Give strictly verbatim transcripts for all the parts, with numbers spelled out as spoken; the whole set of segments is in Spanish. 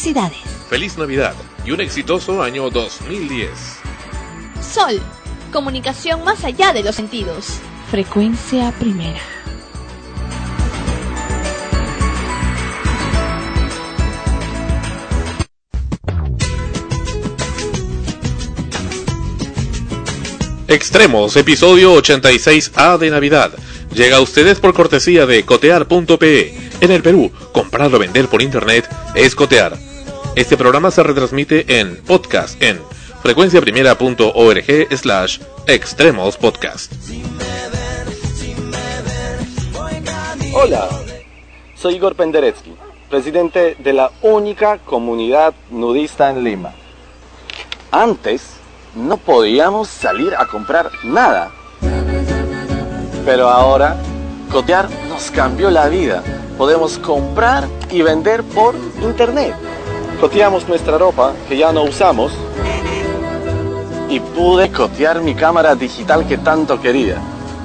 Felicidades. Feliz Navidad y un exitoso año dos mil diez. Sol, comunicación más allá de los sentidos. Frecuencia primera. Extremos, episodio ochenta y seis A de Navidad. Llega a ustedes por cortesía de cotear punto pe. En el Perú, comprar o vender por internet es cotear. Este programa se retransmite en podcast en frecuenciaprimera.org slash extremos podcast. Hola, soy Igor Penderecki, presidente de la única comunidad nudista en Lima. Antes no podíamos salir a comprar nada, pero ahora cotear nos cambió la vida. Podemos comprar y vender por internet. Coteamos nuestra ropa que ya no usamos y pude cotear mi cámara digital que tanto quería.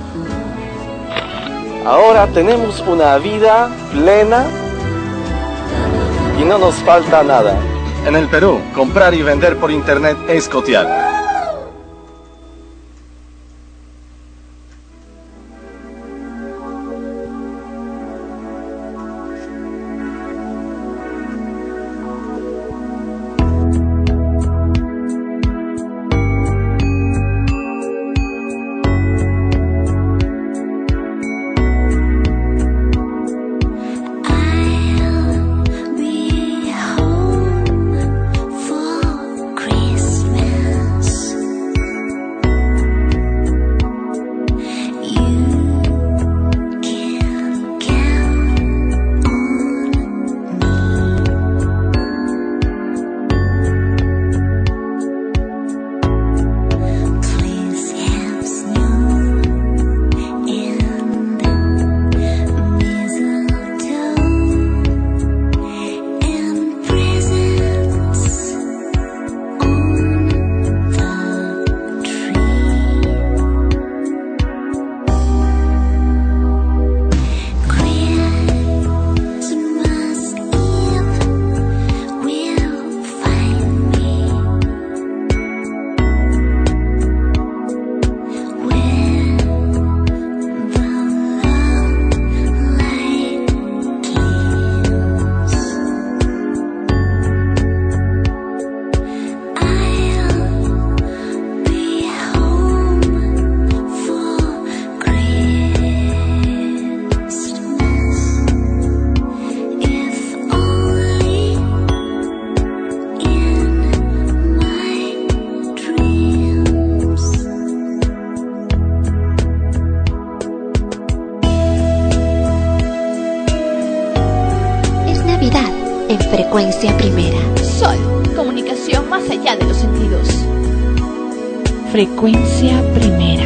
Ahora tenemos una vida plena y no nos falta nada. En el Perú, comprar y vender por internet es cotear. Frecuencia primera. Sol, comunicación más allá de los sentidos. Frecuencia primera.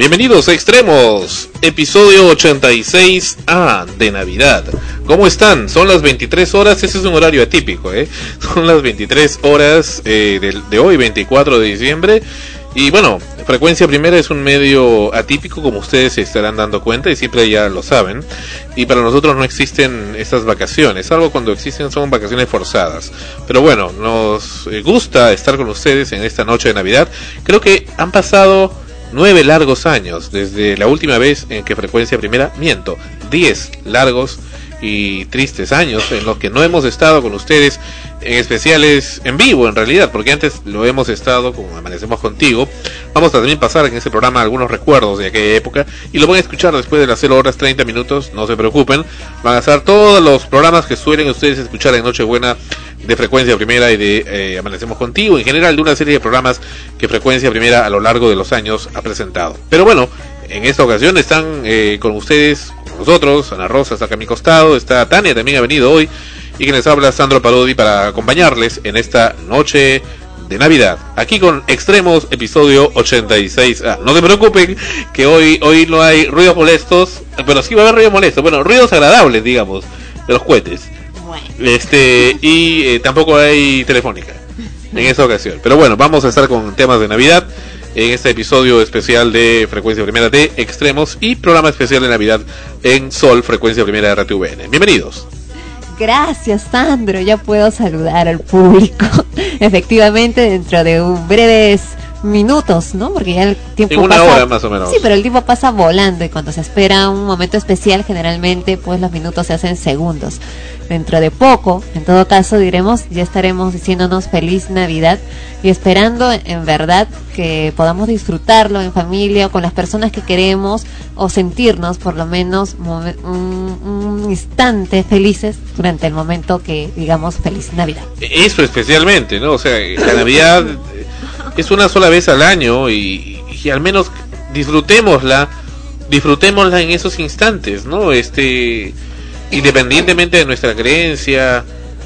Bienvenidos a Extremos, episodio ochenta y seis A de Navidad. ¿Cómo están? Son las veintitrés horas, ese es un horario atípico, ¿eh? Son las veintitrés horas eh, de, de hoy, veinticuatro de diciembre. Y bueno, Frecuencia Primera es un medio atípico, como ustedes se estarán dando cuenta y siempre ya lo saben. Y para nosotros no existen estas vacaciones, salvo cuando existen son vacaciones forzadas. Pero bueno, nos gusta estar con ustedes en esta noche de Navidad. Creo que han pasado nueve largos años desde la última vez en que Frecuencia Primera, miento, diez largos y tristes años en los que no hemos estado con ustedes en especiales en vivo, en realidad, porque antes lo hemos estado como Amanecemos Contigo. Vamos a también pasar en este programa algunos recuerdos de aquella época y lo van a escuchar después de las cero horas treinta minutos, no se preocupen. Van a estar todos los programas que suelen ustedes escuchar en Nochebuena de Frecuencia Primera y de eh, Amanecemos Contigo, en general de una serie de programas que Frecuencia Primera a lo largo de los años ha presentado. Pero bueno, en esta ocasión están eh, con ustedes, con nosotros, Ana Rosa está acá a mi costado, está Tania, también ha venido hoy, y quien les habla, Sandro Parodi, para acompañarles en esta noche de Navidad, aquí con Extremos, episodio ochenta y seis A. No se preocupen que hoy, hoy no hay ruidos molestos, pero sí va a haber ruidos molestos, bueno, ruidos agradables, digamos, de los cohetes. Este, y eh, tampoco hay telefónica en esta ocasión. Pero bueno, vamos a estar con temas de Navidad en este episodio especial de Frecuencia Primera de Extremos y programa especial de Navidad en Sol, Frecuencia Primera de R T V N. Bienvenidos. Gracias, Sandro. Ya puedo saludar al público. Efectivamente, dentro de un breves minutos, ¿no? Porque ya el tiempo en una pasa, hora más o menos. Sí, pero el tiempo pasa volando y cuando se espera un momento especial, generalmente, pues los minutos se hacen segundos. Dentro de poco, en todo caso, diremos, ya estaremos diciéndonos feliz Navidad y esperando, en verdad, que podamos disfrutarlo en familia o con las personas que queremos o sentirnos, por lo menos, un, un instante felices durante el momento que digamos feliz Navidad. Eso especialmente, ¿no? O sea, la Navidad es una sola vez al año y, y al menos disfrutémosla, disfrutémosla en esos instantes, ¿no? Este, independientemente de nuestra creencia,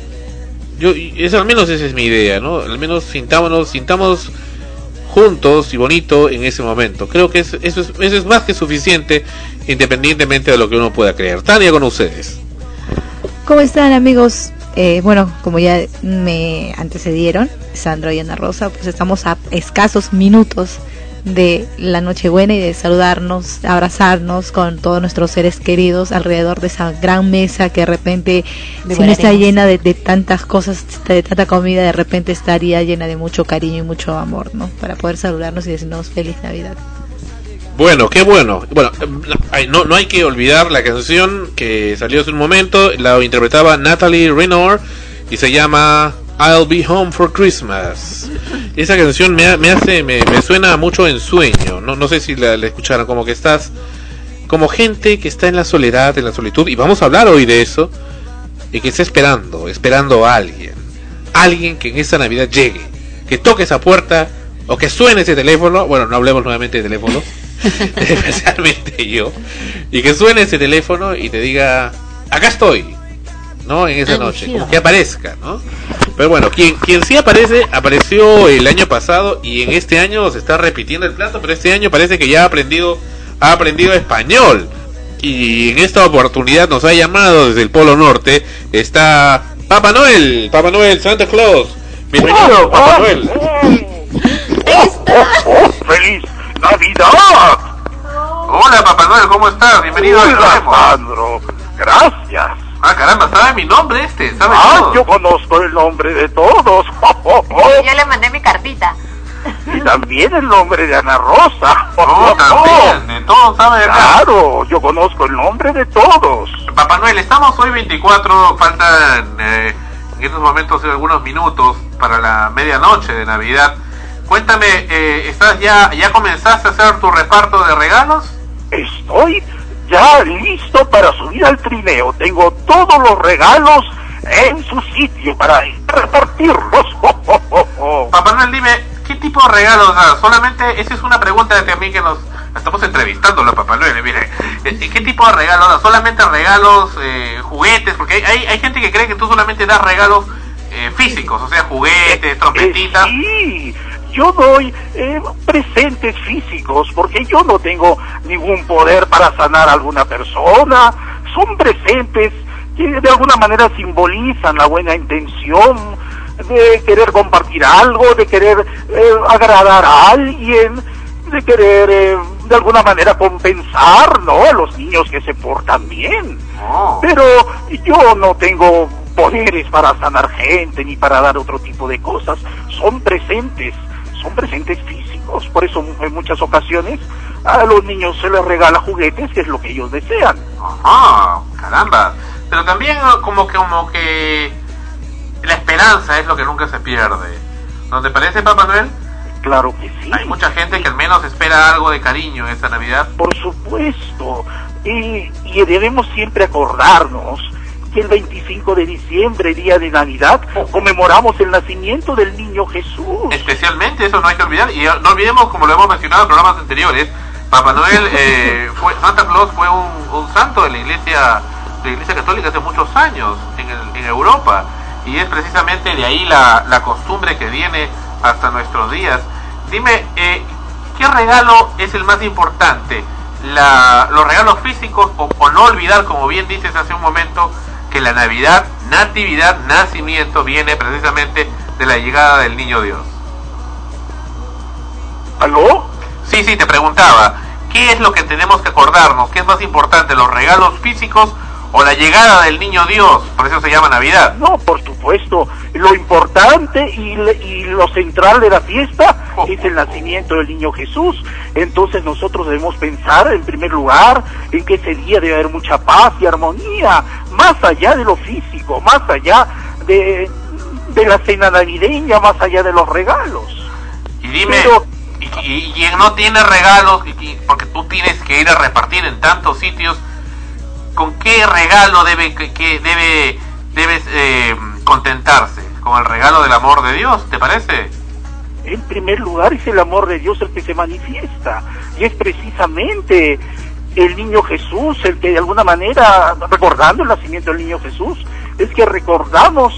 yo, eso al menos esa es mi idea, ¿no? Al menos sintámonos, sintamos juntos y bonito en ese momento. Creo que es, eso, es, eso es más que suficiente, independientemente de lo que uno pueda creer. Tania, con ustedes. ¿Cómo están, amigos? Eh, bueno, como ya me antecedieron, Sandro y Ana Rosa, pues estamos a escasos minutos de la Nochebuena y de saludarnos, abrazarnos con todos nuestros seres queridos alrededor de esa gran mesa que de repente, de si no está llena de, de tantas cosas, de tanta comida, de repente estaría llena de mucho cariño y mucho amor, ¿no? Para poder saludarnos y decirnos feliz Navidad. Bueno, qué bueno. Bueno, no, no hay que olvidar la canción que salió hace un momento, la interpretaba Natalie Renoir y se llama I'll Be Home for Christmas. Esa canción me, me hace, me, me suena mucho en sueño. No, no sé si la, la escucharon, como que estás, como gente que está en la soledad, en la solitud, y vamos a hablar hoy de eso, y que está esperando, esperando a alguien, alguien que en esta Navidad llegue, que toque esa puerta, o que suene ese teléfono, bueno, no hablemos nuevamente de teléfonos, especialmente yo, y que suene ese teléfono y te diga, acá estoy, ¿no? En esa noche, como que aparezca, ¿no? Pero bueno, quien, quien sí aparece, apareció el año pasado y en este año se está repitiendo el plato, pero este año parece que ya ha aprendido, ha aprendido español. Y en esta oportunidad nos ha llamado desde el Polo Norte, está Papá Noel, Papá Noel, Santa Claus. Bienvenido, Papá Noel. ¡Feliz Navidad! Hola, Papá Noel, ¿cómo estás? Bienvenido a Sandro. Gracias. Ah, caramba, sabe mi nombre este, sabe Ah, todo. yo conozco el nombre de todos. Yo le mandé mi cartita. Y también el nombre de Ana Rosa. Oh, también, de todos sabe de acá. Claro, yo conozco el nombre de todos. Papá Noel, estamos hoy veinticuatro, faltan eh, en estos momentos algunos minutos para la medianoche de Navidad. Cuéntame, eh, ¿estás ya, ya comenzaste a hacer tu reparto de regalos? Estoy ya listo para subir al trineo. Tengo todos los regalos en su sitio para repartirlos. Papá Noel, dime, ¿qué tipo de regalos das? Solamente, esa es una pregunta de también que nos estamos entrevistándolo a Papá Noel. Mire, ¿qué tipo de regalos das? ¿Solamente regalos, eh, juguetes? Porque hay, hay, hay gente que cree que tú solamente das regalos eh, físicos, o sea, juguetes, trompetitas. Eh, sí, yo doy eh, presentes físicos, porque yo no tengo ningún poder para sanar a alguna persona. Son presentes que de alguna manera simbolizan la buena intención de querer compartir algo, de querer eh, agradar a alguien, de querer eh, de alguna manera compensar, ¿no?, a los niños que se portan bien. Oh. Pero yo no tengo poderes para sanar gente ni para dar otro tipo de cosas. Son presentes, son presentes físicos. Por eso en muchas ocasiones a los niños se les regala juguetes, que es lo que ellos desean. Ah, caramba. Pero también como que como que la esperanza es lo que nunca se pierde. ¿No te parece, Papá Noel? Claro que sí. Hay mucha gente que al menos espera algo de cariño esta Navidad. Por supuesto. Y, y debemos siempre acordarnos que el veinticinco de diciembre, día de Navidad, conmemoramos el nacimiento del niño Jesús. Especialmente, eso no hay que olvidar. Y no olvidemos, como lo hemos mencionado en programas anteriores, Papá Noel, eh, fue, Santa Claus fue un, un santo de la iglesia, de la iglesia católica hace muchos años en, el, en Europa. Y es precisamente de ahí la, la costumbre que viene hasta nuestros días. Dime, eh, ¿qué regalo es el más importante? La, ¿Los regalos físicos o, o no olvidar, como bien dices hace un momento, que la Navidad, natividad, nacimiento, viene precisamente de la llegada del niño Dios? ¿Aló? Sí, sí, te preguntaba, ¿qué es lo que tenemos que acordarnos? ¿Qué es más importante, los regalos físicos o la llegada del niño Dios? Por eso se llama Navidad. No, por supuesto. Lo importante y, le, y lo central de la fiesta oh. es el nacimiento del niño Jesús. Entonces nosotros debemos pensar, en primer lugar, en que ese día debe haber mucha paz y armonía, más allá de lo físico, más allá de, de la cena navideña, más allá de los regalos. Y dime, Pero, y, y quien no tiene regalos, y, porque tú tienes que ir a repartir en tantos sitios, ¿con qué regalo debe que, que debe debes eh, contentarse? ¿Con el regalo del amor de Dios, te parece? En primer lugar es el amor de Dios el que se manifiesta, y es precisamente el niño Jesús el que de alguna manera, recordando el nacimiento del niño Jesús, es que recordamos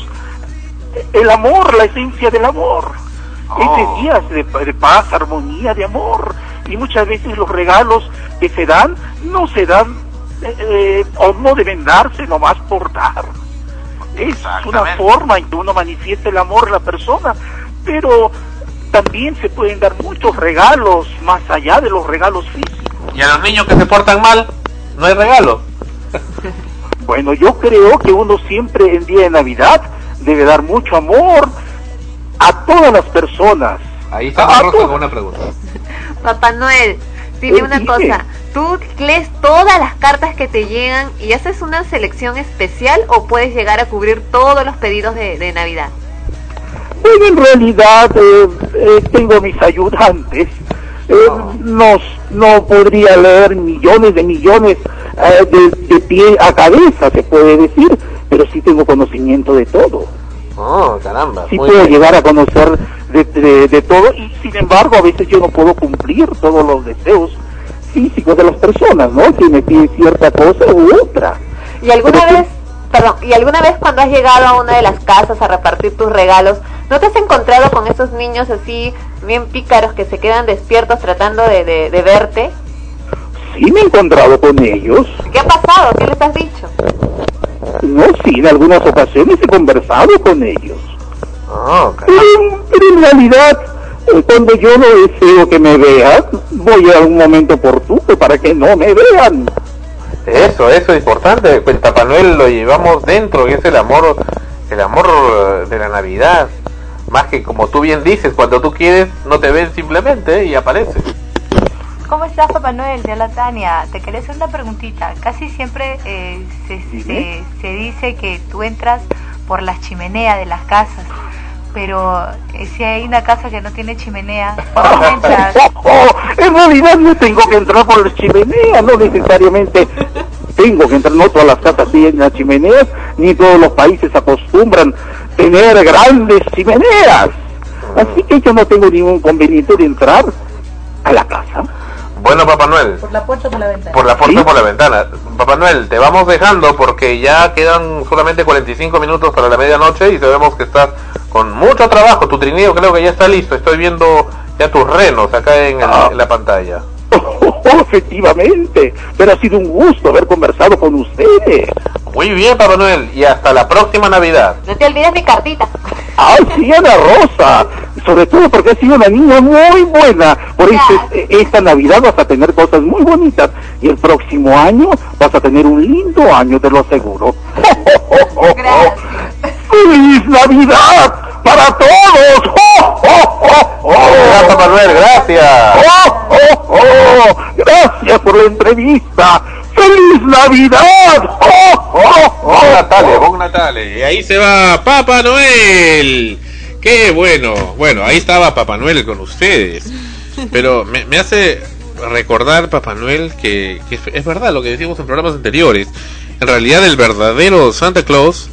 el amor, la esencia del amor. Oh. Ese día es de, de paz, armonía, de amor, y muchas veces los regalos que se dan no se dan eh, o no deben darse nomás por dar. Es una forma en que uno manifiesta el amor a la persona, pero también se pueden dar muchos regalos más allá de los regalos físicos. ¿Y a los niños que se portan mal no hay regalo? Bueno, yo creo que uno siempre en día de Navidad debe dar mucho amor a todas las personas. Ahí está Rosa con una pregunta. Papá Noel, dime una cosa, ¿tú lees todas las cartas que te llegan y haces una selección especial o puedes llegar a cubrir todos los pedidos de, de Navidad? Bueno, en realidad eh, eh, tengo mis ayudantes. Eh, oh. no, no podría leer millones de millones eh, de, de pie a cabeza, se puede decir, pero sí tengo conocimiento de todo. Oh, caramba. Sí puedo bien. llegar a conocer de, de, de todo, y sin embargo a veces yo no puedo cumplir todos los deseos físicos de las personas, ¿no? Que me piden cierta cosa u otra. ¿Y alguna pero vez, que... perdón, y alguna vez cuando has llegado a una de las casas a repartir tus regalos, ¿no te has encontrado con esos niños así, bien pícaros, que se quedan despiertos tratando de, de, de verte? Sí, me he encontrado con ellos. ¿Qué ha pasado? ¿Qué les has dicho? No, sí, en algunas ocasiones he conversado con ellos. Oh, pero, pero en realidad, eh, cuando yo no deseo que me vean, voy a un momento oportuno para que no me vean. Eso, eso es importante. El Papá Noel lo llevamos dentro, y es el amor, el amor de la Navidad. Más que, como tú bien dices, cuando tú quieres, no te ven simplemente y aparece. ¿Cómo estás, Papá Noel? Te habla Tania. Te quería hacer una preguntita. Casi siempre eh, se, se, se dice que tú entras por las chimeneas de las casas, pero eh, si hay una casa que no tiene chimenea, ¿cómo entras? Oh, oh, en realidad no tengo que entrar por las chimeneas, no necesariamente tengo que entrar, no todas las casas tienen las chimeneas, ni todos los países acostumbran tener grandes chimeneas, así que yo no tengo ningún inconveniente de entrar a la casa. Bueno, Papá Noel. ¿Por la puerta o por la ventana? Por la puerta o ¿Sí? por la ventana. Papá Noel, te vamos dejando porque ya quedan solamente cuarenta y cinco minutos para la medianoche y sabemos que estás con mucho trabajo. Tu trineo creo que ya está listo. Estoy viendo ya tus renos acá en, el, Ah. en la pantalla. Oh, efectivamente, pero ha sido un gusto haber conversado con ustedes. Muy bien, Papá Noel, y hasta la próxima Navidad. No te olvides mi cartita. Ay, sí, Ana Rosa, sobre todo porque has sido una niña muy buena. Por eso es- esta Navidad vas a tener cosas muy bonitas y el próximo año vas a tener un lindo año, te lo aseguro. Gracias. ¡Feliz Navidad para todos! ¡Oh, oh, oh, oh! Gracias, Papá Noel, gracias. ¡Oh, oh, oh! Gracias por la entrevista. ¡Feliz Navidad! ¡Oh, oh, oh! Bon Natale, Bon Natale. Y ahí se va Papá Noel. Qué bueno. Bueno, ahí estaba Papá Noel con ustedes. Pero me, me hace recordar, Papá Noel, que, que es verdad lo que decíamos en programas anteriores. En realidad el verdadero Santa Claus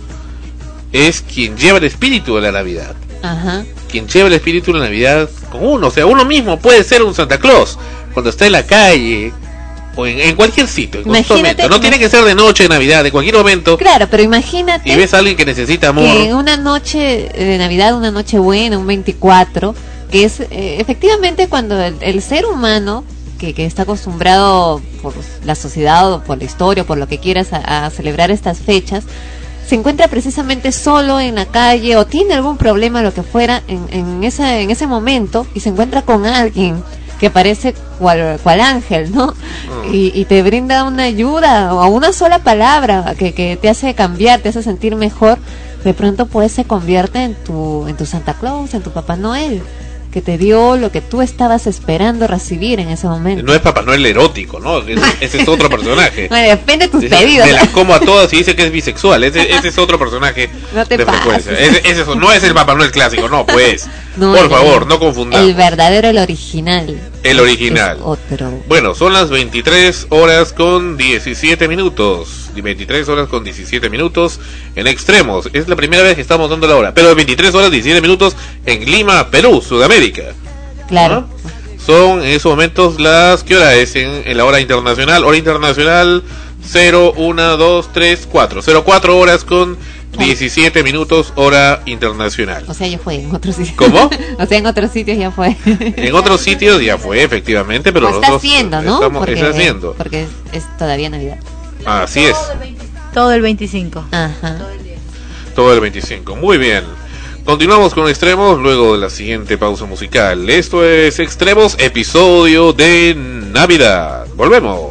es quien lleva el espíritu de la Navidad. Ajá. Quien lleva el espíritu de la Navidad con uno. O sea, uno mismo puede ser un Santa Claus cuando está en la calle o en, en cualquier sitio, en cualquier Imagínate momento. No que- tiene que ser de noche, de Navidad, de cualquier momento. Claro, pero imagínate Y ves a alguien que necesita amor. que una noche de Navidad, una noche buena, un veinticuatro, que es eh, efectivamente cuando el, el ser humano que, que está acostumbrado por la sociedad o por la historia o por lo que quieras a, a celebrar estas fechas, se encuentra precisamente solo en la calle o tiene algún problema, lo que fuera, en, en, esa, en ese momento, y se encuentra con alguien que parece cual, cual ángel, ¿no? Mm. Y, y te brinda una ayuda o una sola palabra que, que te hace cambiar, te hace sentir mejor. De pronto pues se convierte en tu, en tu Santa Claus, en tu Papá Noel, que te dio lo que tú estabas esperando recibir en ese momento. No es Papá Noel erótico, ¿no? Ese, ese es otro personaje. Bueno, depende de tus Dice, pedidos. de las como a todas y dice que es bisexual. Ese, ese es otro personaje No te de frecuencia. pases. Ese, ese es- no es el Papá Noel clásico, no, pues. No, Por el- favor, no confundamos. El verdadero, el original. El original. Es otro. Bueno, son las veintitrés horas con diecisiete minutos. veintitrés horas con diecisiete minutos en extremos. Es la primera vez que estamos dando la hora. Pero veintitrés horas diecisiete minutos en Lima, Perú, Sudamérica. Claro. ¿No? Son en esos momentos las... ¿Qué hora es en, en la hora internacional? Hora internacional cero, uno, dos, tres, cuatro. cero cuatro horas con diecisiete minutos hora internacional. O sea, ya fue en otros sitios. ¿Cómo? O sea, en otros sitios ya fue. En otros sitios ya fue, efectivamente, pero O está nosotros haciendo, ¿no? estamos, porque, está haciendo. Porque es, es todavía Navidad. Así es. Todo el veinticinco. Ajá. Todo el veinticinco. Muy bien. Continuamos con Extremos luego de la siguiente pausa musical. Esto es Extremos, episodio de Navidad. Volvemos.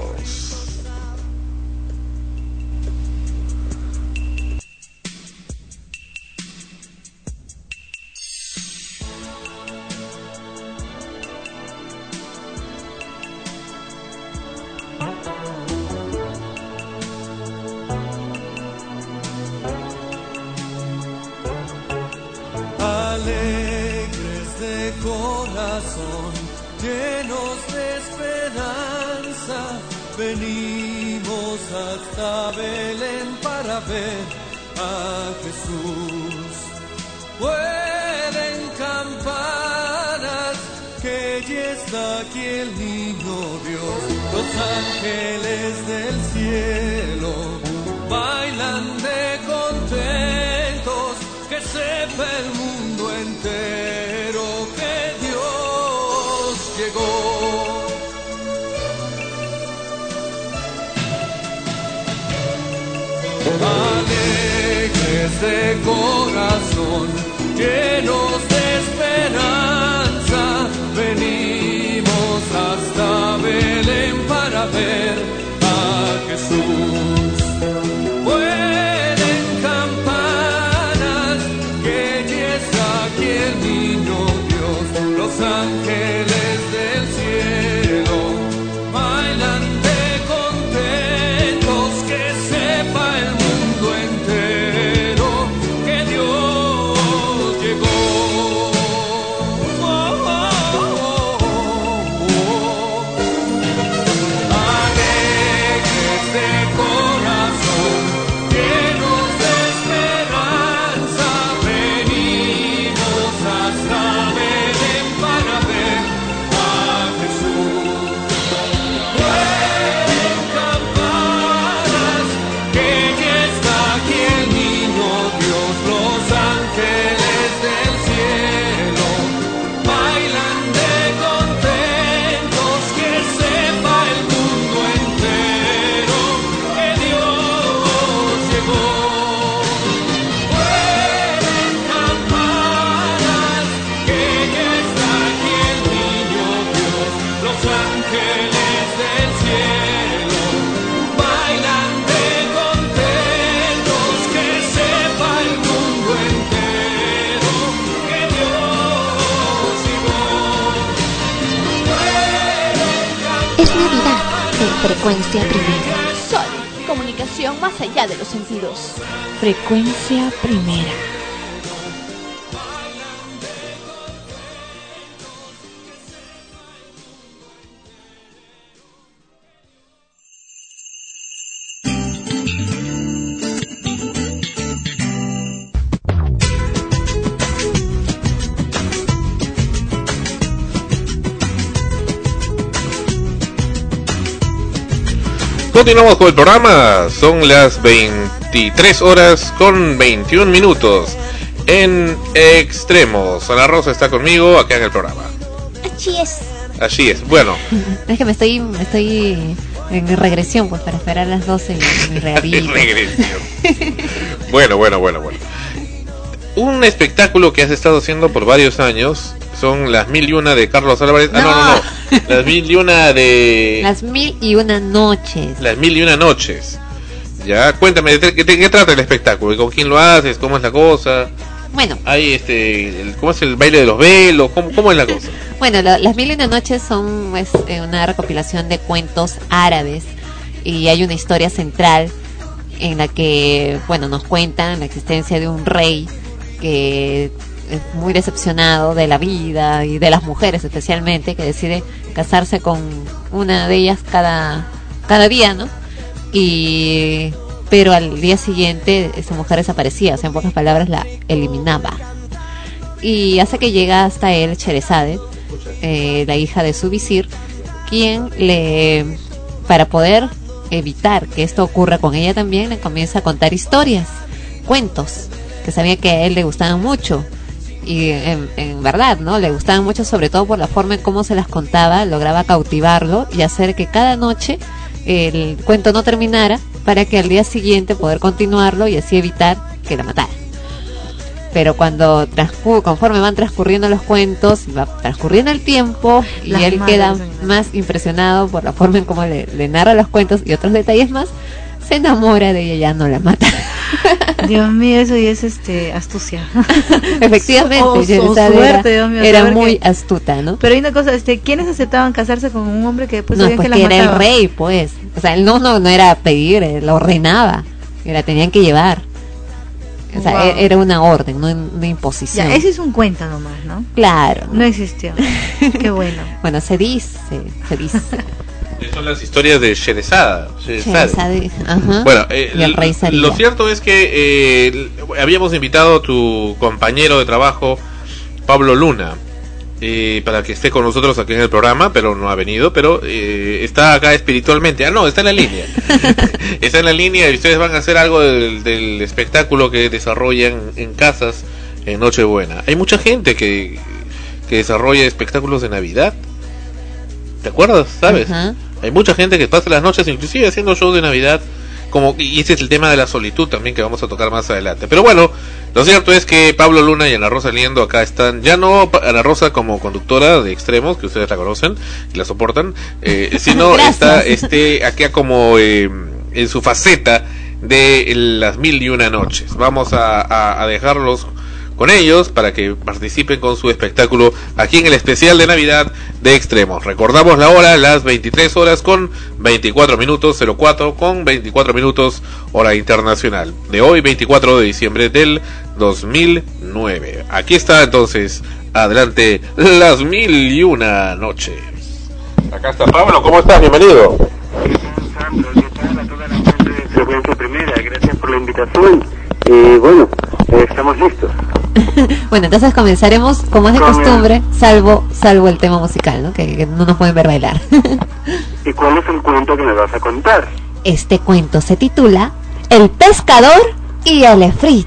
Alegres de corazón, llenos de esperanza, venimos hasta Belén para ver a Jesús. Vuelen campanas, que ya está aquí el niño Dios. Los ángeles del cielo bailan de contentos, que sepa el mundo entero que Dios llegó. Alegres de corazón, llenos de esperanza, venimos hasta Belén para ver a Jesús. Vuelen campanas, que ya está aquí el niño Dios. Los ángeles del cielo bailan de contentos, que sepa el mundo entero que Dios llegó. Frecuencia primera. Sol, comunicación más allá de los sentidos. Frecuencia primera. Continuamos con el programa, son las veintitrés horas con veintiún minutos en Extremos. Ana Rosa está conmigo acá en el programa. Así es. Así es, bueno. Es que me estoy, me estoy en regresión, pues para esperar a las doce y me rehabilito. Regresión. Bueno, bueno, bueno, bueno. Un espectáculo que has estado haciendo por varios años son las mil y una de Carlos Álvarez. No. Ah, no, no, no. Las mil y una de... Las mil y una noches. Las mil y una noches. Ya, cuéntame, ¿de qué, de qué trata el espectáculo? ¿Con quién lo haces? ¿Cómo es la cosa? Bueno. Hay este, el, ¿cómo es el baile de los velos? ¿Cómo, cómo es la cosa? Bueno, lo, las mil y una noches son pues, eh, una recopilación de cuentos árabes y hay una historia central en la que, bueno, nos cuentan la existencia de un rey que es muy decepcionado de la vida y de las mujeres especialmente, que decide casarse con una de ellas cada, cada día, ¿no? Y pero al día siguiente esa mujer desaparecía, o sea, en pocas palabras la eliminaba. Y hace que llega hasta él Sherazade, eh, la hija de su visir, quien le, para poder evitar que esto ocurra con ella también, le comienza a contar historias, cuentos, que sabía que a él le gustaban mucho. Y en, en verdad, ¿no? Le gustaban mucho, sobre todo por la forma en cómo se las contaba, lograba cautivarlo y hacer que cada noche el cuento no terminara para que al día siguiente poder continuarlo y así evitar que la matara. Pero cuando transcur- conforme van transcurriendo los cuentos, va transcurriendo el tiempo y Las él madres, queda ¿no? más impresionado por la forma en cómo le, le narra los cuentos y otros detalles más, se enamora de ella y ya no la mata. Dios mío, eso y es este astucia. Efectivamente, O- o Sherazade suerte, era, Dios mío, era saber muy que- astuta, ¿no? Pero hay una cosa, este, ¿quiénes aceptaban casarse con un hombre que después No, sabían pues que las que era el mataba? rey, pues. O sea, él no, no, no era pedir, él lo ordenaba. Y la tenían que llevar. O sea, Wow. e- era una orden, no una imposición. Ya, ese es un cuento nomás, ¿no? Claro. No existió. Qué bueno. Bueno, se dice, se dice. Son las historias de Sherazade. Sherazade, ajá. Bueno, eh, Y el rey Saría. lo cierto es que eh, habíamos invitado a tu compañero de trabajo, Pablo Luna, eh, para que esté con nosotros aquí en el programa, pero no ha venido, pero eh, está acá espiritualmente. Ah, no, está en la línea. Está en la línea y ustedes van a hacer algo del, del espectáculo que desarrollan en casas en Nochebuena. Hay mucha gente que, que desarrolla espectáculos de Navidad. ¿Te acuerdas? ¿Sabes? Ajá. Hay mucha gente que pasa las noches inclusive haciendo shows de Navidad, como, y ese es el tema de la solitud también que vamos a tocar más adelante. Pero bueno, lo cierto es que Pablo Luna y Ana Rosa Liendo acá están, ya no Ana Rosa como conductora de Extremos, que ustedes la conocen y la soportan, eh, sino Gracias. está este acá como eh, en su faceta de las mil y una noches. Vamos a, a, a dejarlos con ellos para que participen con su espectáculo aquí en el especial de Navidad de Extremos. Recordamos la hora, las veintitrés horas con veinticuatro minutos, cero cuatro con veinticuatro minutos, hora internacional, de hoy veinticuatro de diciembre del dos mil nueve. Aquí está entonces, adelante, las mil y una noches. Acá está Pablo, ¿cómo estás? Bienvenido. Sandro, ¿qué tal? A toda la gente de Frecuencia Primera, gracias por la invitación. Y bueno, eh, estamos listos. Bueno, entonces comenzaremos como es de Con el- costumbre, salvo salvo el tema musical, ¿no? Que, que no nos pueden ver bailar. ¿Y cuál es el cuento que me vas a contar? Este cuento se titula El pescador y el efrit.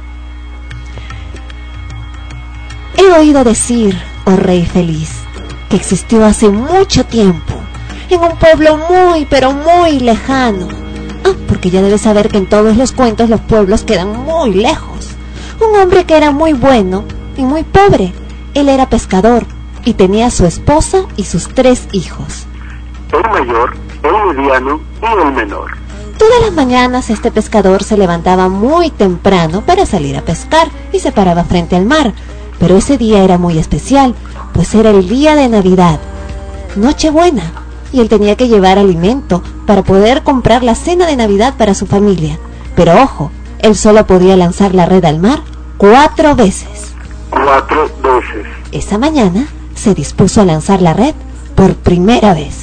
He oído decir, oh rey feliz, que existió hace mucho tiempo, en un pueblo muy, pero muy lejano. Ah, porque ya debes saber que en todos los cuentos los pueblos quedan muy lejos. Un hombre que era muy bueno y muy pobre. Él era pescador y tenía a su esposa y sus tres hijos. El mayor, el mediano y el menor. Todas las mañanas este pescador se levantaba muy temprano para salir a pescar y se paraba frente al mar. Pero ese día era muy especial, pues era el día de Navidad, Nochebuena, y él tenía que llevar alimento para poder comprar la cena de Navidad para su familia. Pero ojo, él solo podía lanzar la red al mar cuatro veces. Cuatro veces. Esa mañana se dispuso a lanzar la red por primera vez.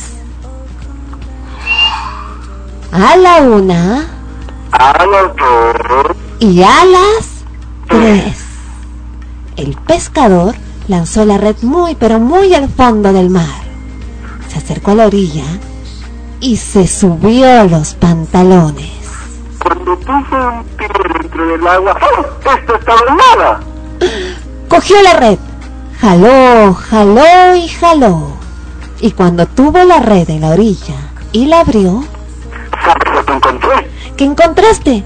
A la una, a las dos y a las tres. El pescador lanzó la red muy pero muy al fondo del mar. Se acercó a la orilla y se subió los pantalones. Cuando puso un pie dentro del agua, ¡oh! ¡Esto estaba en nada! Cogió la red, jaló, jaló y jaló. Y cuando tuvo la red en la orilla y la abrió, ¿sabes lo que encontré? ¿qué encontraste?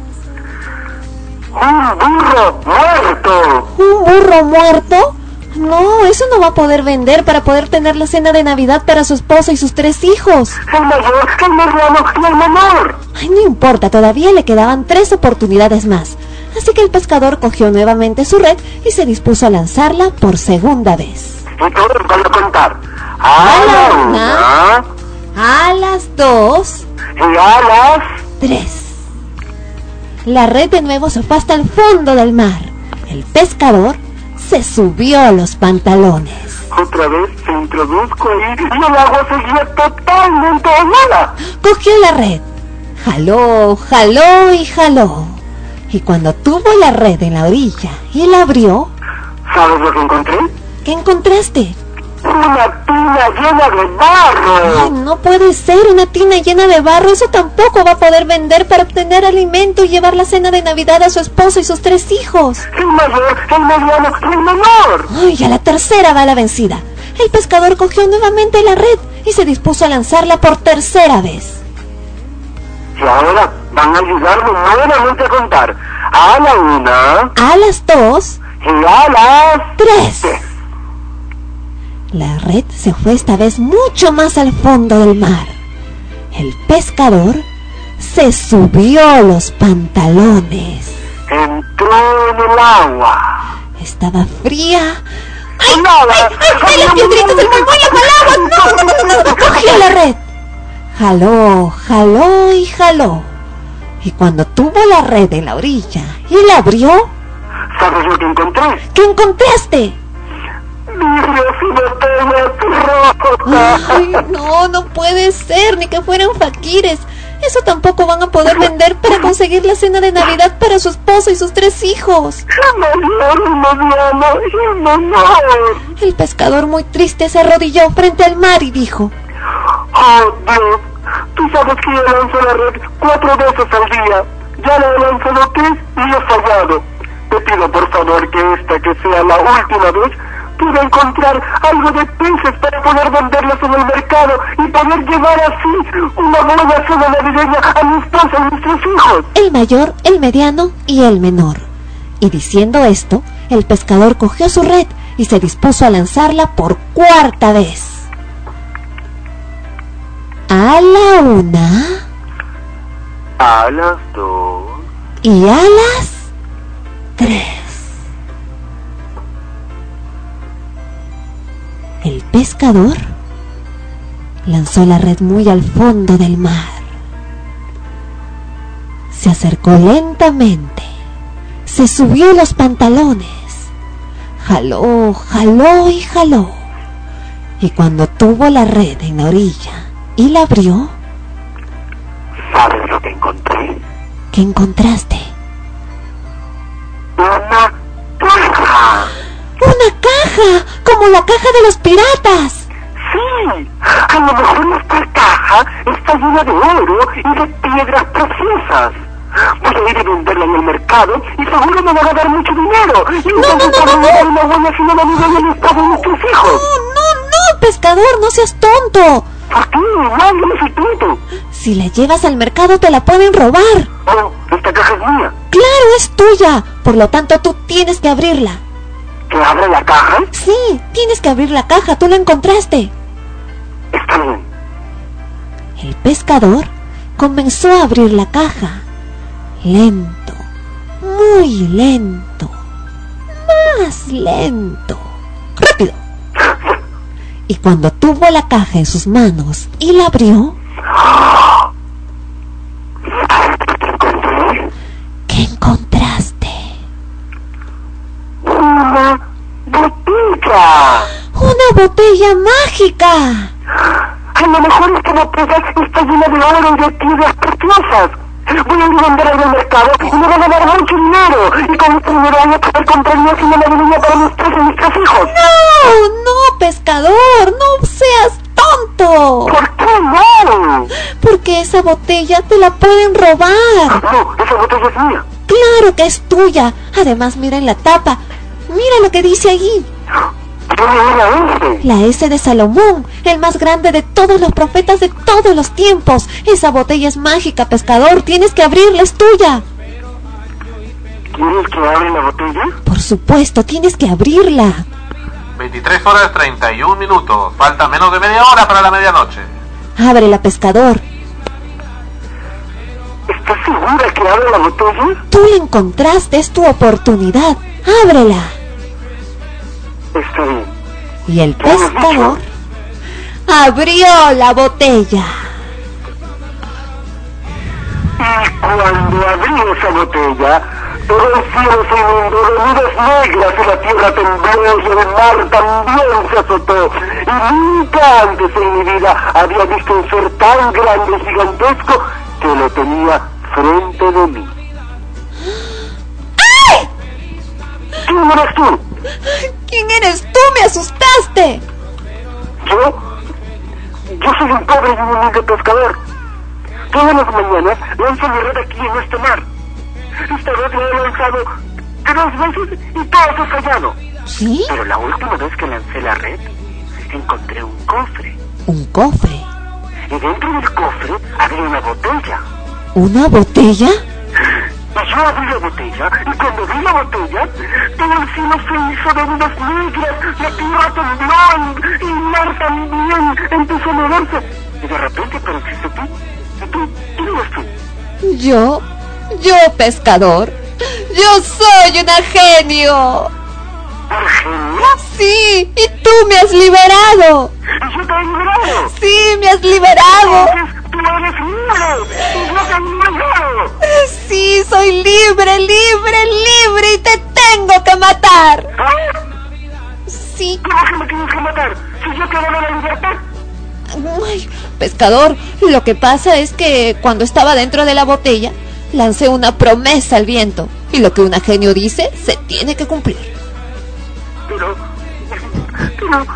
¡Un burro muerto! ¿Un burro muerto? No, eso no va a poder vender para poder tener la cena de Navidad para su esposa y sus tres hijos. El mayor, el mediano y el menor. Ay, no importa, todavía le quedaban tres oportunidades más. Así que el pescador cogió nuevamente su red y se dispuso a lanzarla por segunda vez. Y todos van a contar. A, a la una, una, a las dos y a las tres. La red de nuevo se fue hasta el fondo del mar. El pescador se subió a los pantalones. Otra vez se introdujo ahí y el agua seguía totalmente helada. Cogió la red, jaló, jaló y jaló. Y cuando tuvo la red en la orilla y la abrió, ¿sabes lo que encontré? ¿Qué encontraste? Una tina llena de barro. Ay, no puede ser, una tina llena de barro. Eso tampoco va a poder vender para obtener alimento y llevar la cena de Navidad a su esposo y sus tres hijos. El mayor, el mediano y el menor. Ay, a la tercera va la vencida. El pescador cogió nuevamente la red y se dispuso a lanzarla por tercera vez. Y ahora van a ayudarme nuevamente a contar. A la una, a las dos y a las tres. La red se fue esta vez mucho más al fondo del mar. El pescador se subió los pantalones. Entró en el agua. Estaba fría. ¡Ay, nada! ¡Ay, ay, ay, las piedritas del polluelo al agua! ¡No, no, no! Cogió la red. Jaló, jaló y jaló. Y cuando tuvo la red en la orilla y la abrió, ¿sabes lo que encontré? ¿Qué encontraste? Ay, no, no puede ser, ni que fueran faquires. Eso tampoco van a poder vender para conseguir la cena de Navidad para su esposa y sus tres hijos. El pescador, muy triste, se arrodilló frente al mar y dijo: oh, Dios, tú sabes que yo lanzo la red cuatro veces al día. Ya la he lanzado tres y he fallado. Te pido por favor que esta, que sea la última vez, pueda encontrar algo de peces para poder venderlas en el mercado y poder llevar así una buena cena navideña a mi esposa y mis tres hijos. El mayor, el mediano y el menor. Y diciendo esto, el pescador cogió su red y se dispuso a lanzarla por cuarta vez. A la una, a las dos y a las tres. El pescador lanzó la red muy al fondo del mar. Se acercó lentamente, se subió los pantalones, jaló, jaló y jaló. Y cuando tuvo la red en la orilla y la abrió, ¿sabes lo que encontré? ¿Qué encontraste? Una caja. ¡Una caja! ¡Como la caja de los piratas! Sí, a lo mejor esta caja está llena de oro y de piedras preciosas. Voy a ir a venderla en el mercado y seguro me van a dar mucho dinero. Y no, no, no, no, no. Una buena cena navideña en esposa de nuestros hijos. No, no, no, pescador, no seas tonto. ¿Por qué? No, yo no soy tonto. Si la llevas al mercado te la pueden robar. Oh, esta caja es mía. Claro, es tuya. Por lo tanto, tú tienes que abrirla. ¿Que abra la caja? Sí, tienes que abrir la caja, tú la encontraste. Está bien. El pescador comenzó a abrir la caja. Lento, muy lento, más lento. ¡Rápido! Y cuando tuvo la caja en sus manos y la abrió, ¿qué encontraste? Una botella. ¡Una botella mágica! A lo mejor esta botella está llena de oro y de piedras preciosas. Voy a ir a vender al mercado y me voy a ganar mucho dinero. Y con este dinero voy a poder comprar una cena de niña para mis tres y mis tres hijos. ¡No! ¡No, pescador! ¡No seas tonto! ¿Por qué no? Porque esa botella te la pueden robar. No, esa botella es mía. ¡Claro que es tuya! Además, mira en la tapa. Mira lo que dice allí. La S de Salomón, el más grande de todos los profetas de todos los tiempos. Esa botella es mágica, pescador. Tienes que abrirla, es tuya. ¿Quieres que abra la botella? Por supuesto, tienes que abrirla. veintitrés horas treinta y un minutos. Falta menos de media hora para la medianoche. Ábrela, pescador. ¿Estás segura que abra la botella? Tú la encontraste, es tu oportunidad. Ábrela. Está bien. Y el pescador abrió la botella. Y cuando abrí esa botella, todo el cielo se inundó de nubes negras y la tierra tembló y el mar también se azotó. Y nunca antes en mi vida había visto un ser tan grande y gigantesco que lo tenía frente de mí. ¡Ay! ¿Quién eres tú? ¿Quién eres tú? ¡Me asustaste! ¿Yo? Yo soy un pobre y un humilde pescador. Todas las mañanas lanzo mi red aquí en este mar. Esta vez la he lanzado tres veces y todas he fallado. ¿Sí? Pero la última vez que lancé la red, encontré un cofre. ¿Un cofre? Y dentro del cofre había una botella. ¿Una botella? Y yo abrí la botella, y cuando vi la botella, todo el cielo se hizo de nubes negras, la tierra tembló, y el mar también empezó a moverse. Y de repente apareciste tú. ¿Y tú? ¿Quién eres tú? Yo, yo, pescador. Yo soy una genio. ¿Un genio? Sí, y tú me has liberado. ¿Y yo te he liberado? Sí, me has liberado. Entonces, tú eres libre. Y yo te he liberado. Sí, soy libre, libre, libre y te tengo que matar. ¿Eh? Sí. ¿Cómo que me tienes que matar? Si yo quiero la libertad. Ay, pescador, lo que pasa es que cuando estaba dentro de la botella, lancé una promesa al viento. Y lo que una genio dice, se tiene que cumplir. Pero, pero,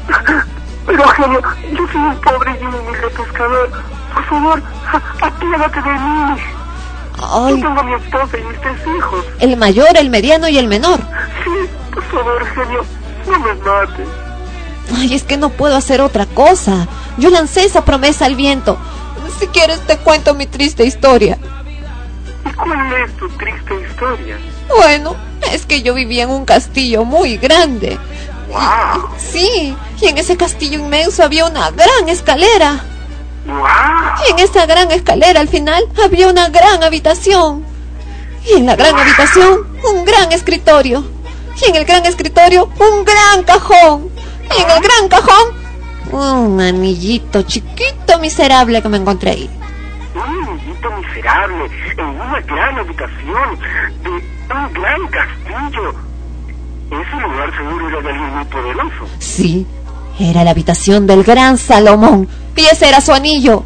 pero genio, yo soy un pobre y un humilde pescador. Por favor, apiádate de mí. Ay. Yo tengo a mi esposa y mis tres hijos. El mayor, el mediano y el menor. Sí, por favor, genio, no me mates. Ay, es que no puedo hacer otra cosa. Yo lancé esa promesa al viento. Si quieres te cuento mi triste historia. ¿Y cuál es tu triste historia? Bueno, es que yo vivía en un castillo muy grande. ¡Wow! Y, sí, y en ese castillo inmenso había una gran escalera. ¡Wow! Y en esa gran escalera al final había una gran habitación. Y en la gran habitación un gran escritorio. Y en el gran escritorio un gran cajón. Y en el gran cajón un anillito chiquito miserable que me encontré ahí. Un anillito miserable en una gran habitación de un gran castillo. Ese lugar seguro era de alguien muy poderoso. Sí, era la habitación del gran Salomón. Y ese era su anillo.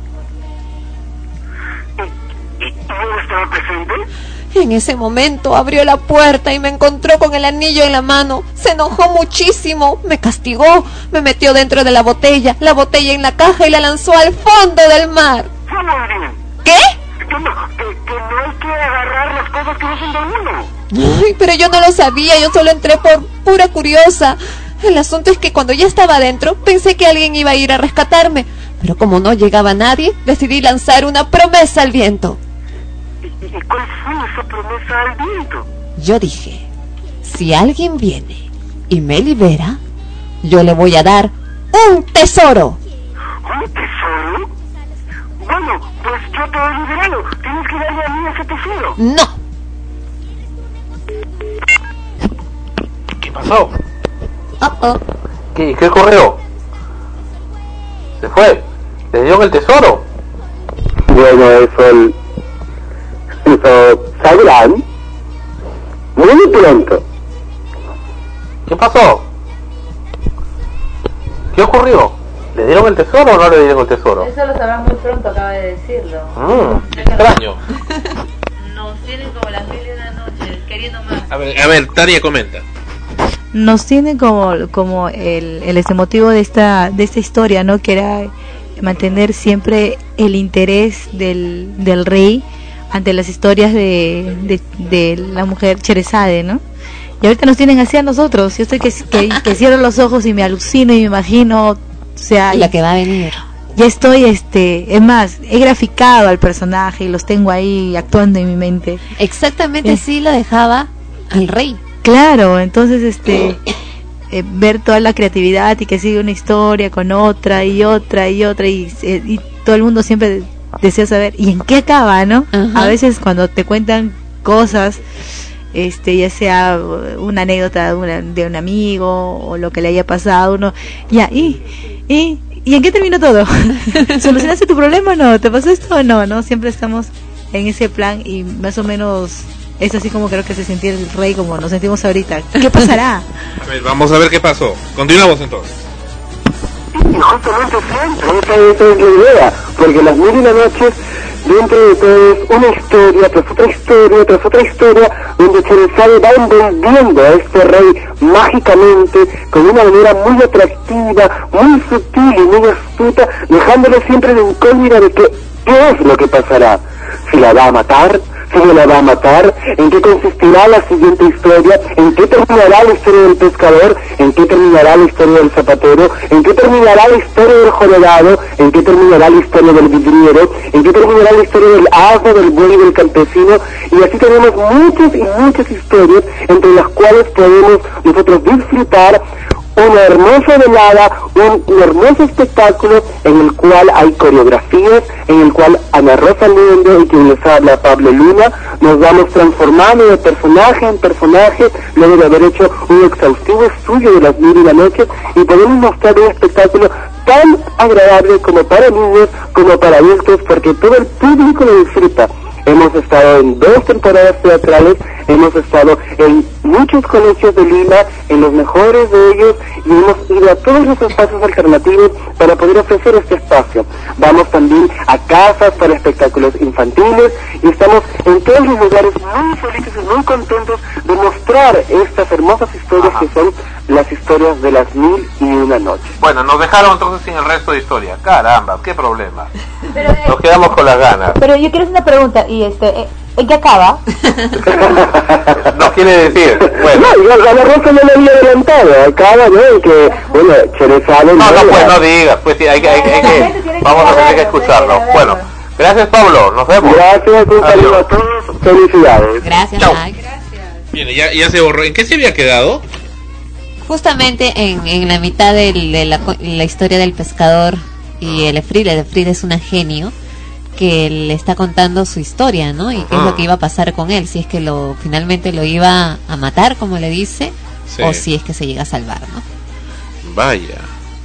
¿Y, y, y él estaba presente? En ese momento abrió la puerta y me encontró con el anillo en la mano. Se enojó muchísimo, me castigó, me metió dentro de la botella, la botella en la caja y la lanzó al fondo del mar. ¿Qué? Que no, que, que no hay que agarrar las cosas que no son de uno. Ay, pero yo no lo sabía, yo solo entré por pura curiosa. El asunto es que cuando ya estaba adentro, pensé que alguien iba a ir a rescatarme. Pero como no llegaba nadie, decidí lanzar una promesa al viento. ¿Y cuál fue esa promesa al viento? Yo dije, si alguien viene y me libera, yo le voy a dar un tesoro. ¿Un tesoro? Bueno, pues yo te he liberado. Tienes que darle a mí ese tesoro. No. ¿Qué pasó? Oh, oh. ¿Qué, qué correo? Se fue. Le dieron el tesoro. Bueno, eso, eso sabrán muy pronto. ¿Qué pasó? ¿Qué ocurrió? ¿Le dieron el tesoro o no le dieron el tesoro? Eso lo sabrán muy pronto, acaba de decirlo. Mmm, qué extraño. Nos tienen como las mil y una noches, queriendo más. A ver, a ver, Tania comenta. Nos tiene como como el, el ese motivo de esta de esta historia, ¿no? Que era mantener siempre el interés del, del rey ante las historias de, de, de la mujer Sherezade, ¿no? Y ahorita nos tienen así a nosotros. Yo estoy que, que, que cierro los ojos y me alucino y me imagino, o sea, la que va a venir. Ya estoy, este, es más, he graficado al personaje y los tengo ahí actuando en mi mente. Exactamente así lo dejaba al rey. Claro, entonces, este, eh, ver toda la creatividad y que sigue una historia con otra y otra y otra y, eh, y todo el mundo siempre desea saber y en qué acaba, ¿no? Ajá. A veces cuando te cuentan cosas, este, ya sea una anécdota de, una, de un amigo o lo que le haya pasado, uno, ya, y, y, ¿y en qué terminó todo? ¿Solucionaste tu problema o no? ¿Te pasó esto o no? ¿No? Siempre estamos en ese plan y más o menos es así como creo que se sentía el rey como nos sentimos ahorita. ¿Qué pasará? A ver, vamos a ver qué pasó. Continuamos entonces. Y justamente siempre esa, esa es la idea, porque las mil y una noches dentro de todo es una historia tras otra historia tras otra historia donde Sherezade va envolviendo a este rey mágicamente con una manera muy atractiva, muy sutil y muy astuta, dejándole siempre la incógnita de que qué es lo que pasará, si la va a matar, si no la va a matar, en qué consistirá la siguiente historia, en qué terminará la historia del pescador, en qué terminará la historia del zapatero, en qué terminará la historia del jorobado, en qué terminará la historia del vidriero, en qué terminará la historia del asno, del buey y del campesino, y así tenemos muchas y muchas historias entre las cuales podemos nosotros disfrutar una hermosa velada, un, un hermoso espectáculo en el cual hay coreografías, en el cual Ana Rosa Lindo y quien les habla Pablo Luna nos vamos transformando de personaje en personaje luego de haber hecho un exhaustivo estudio de las mil y la noche y podemos mostrar un espectáculo tan agradable como para niños como para adultos porque todo el público lo disfruta. Hemos estado en dos temporadas teatrales, hemos estado en muchos colegios de Lima, en los mejores de ellos, y hemos ido a todos los espacios alternativos para poder ofrecer este espacio. Vamos también a casas para espectáculos infantiles, y estamos en todos los lugares muy felices y muy contentos de mostrar estas hermosas historias Ajá. que son las historias de las mil y una noches. Bueno, nos dejaron entonces sin el resto de historia. Caramba, qué problema. Pero, eh, nos quedamos con las ganas. Pero yo quiero hacer una pregunta, y este, ¿en qué acaba? No quiere decir, bueno. No, yo, la Rosa no lo había adelantado, acaba de que, bueno, Sherezade... No, no, pues no digas, pues sí, hay que, hay, hay que, vamos a tener que escucharlo. Bueno, gracias Pablo, nos vemos. Gracias, un saludo a todos, felicidades. Gracias, Mike. Bien, ya, ya se borró. ¿En qué se había quedado? Justamente en, en la mitad de la, la historia del pescador y el Efrid. El Efrid es un genio que le está contando su historia, ¿no? Y qué es lo que iba a pasar con él, si es que lo finalmente lo iba a matar, como le dice, sí. o si es que se llega a salvar, ¿no? Vaya.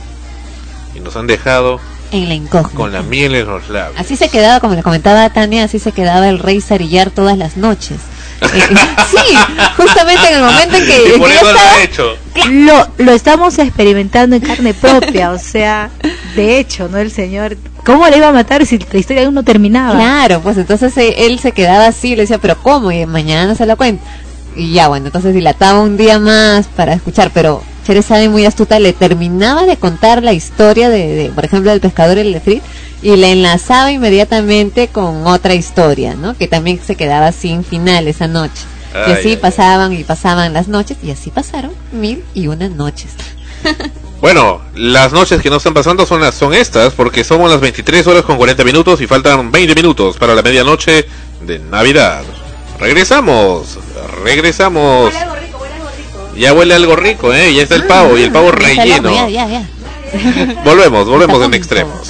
Y nos han dejado en la incógnita, con la miel en los labios. Así se quedaba, como le comentaba a Tania, así se quedaba el rey Sarillar todas las noches. Sí, justamente en el momento en que, en que ya estaba, hecho. Lo, lo estamos experimentando en carne propia, o sea, de hecho, ¿no? El señor, ¿cómo le iba a matar si la historia aún no terminaba? Claro, pues entonces él se quedaba así, le decía, pero ¿cómo? Y mañana no se lo cuento. Y ya, bueno, entonces dilataba un día más para escuchar, pero Sherezade, muy astuta, le terminaba de contar la historia de, de por ejemplo, del pescador y el Efrid, y le enlazaba inmediatamente con otra historia, ¿no? Que también se quedaba sin final esa noche. Ay, y así ay, pasaban ay. y pasaban las noches, y así pasaron mil y una noches. Bueno, las noches que no están pasando son las son estas, porque somos las veintitrés horas con cuarenta minutos y faltan veinte minutos para la medianoche de Navidad. Regresamos, regresamos. Huele algo rico, huele algo rico. Ya huele algo rico, ¿eh? Ya está el pavo, y el pavo relleno. Ya, ya, ya. Volvemos, volvemos en extremos.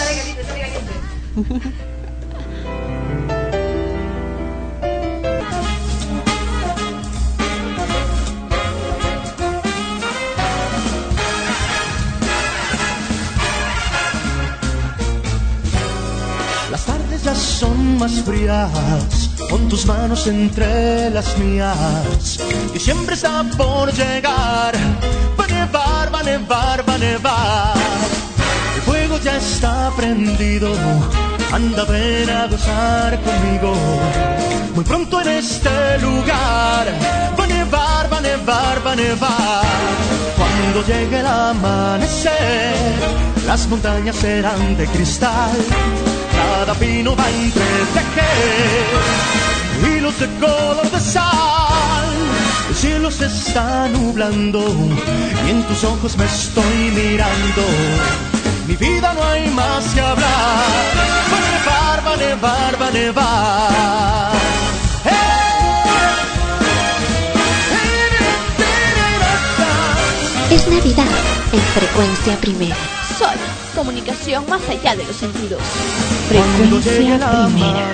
más frías, con tus manos entre las mías. Y siempre está por llegar. Va a nevar, va a nevar, va a nevar. El fuego ya está prendido. Anda, ven a gozar conmigo. Muy pronto en este lugar va a nevar, va a nevar, va a nevar. Cuando llegue el amanecer, las montañas serán de cristal. Cada pino va a entretejer hilos de color de sal. El cielo se está nublando y en tus ojos me estoy mirando. Mi vida no hay más que hablar. Va a nevar, va a nevar, va a nevar. Es Navidad en Frecuencia Primera. Sol, comunicación más allá de los sentidos. Frecuencia Primera.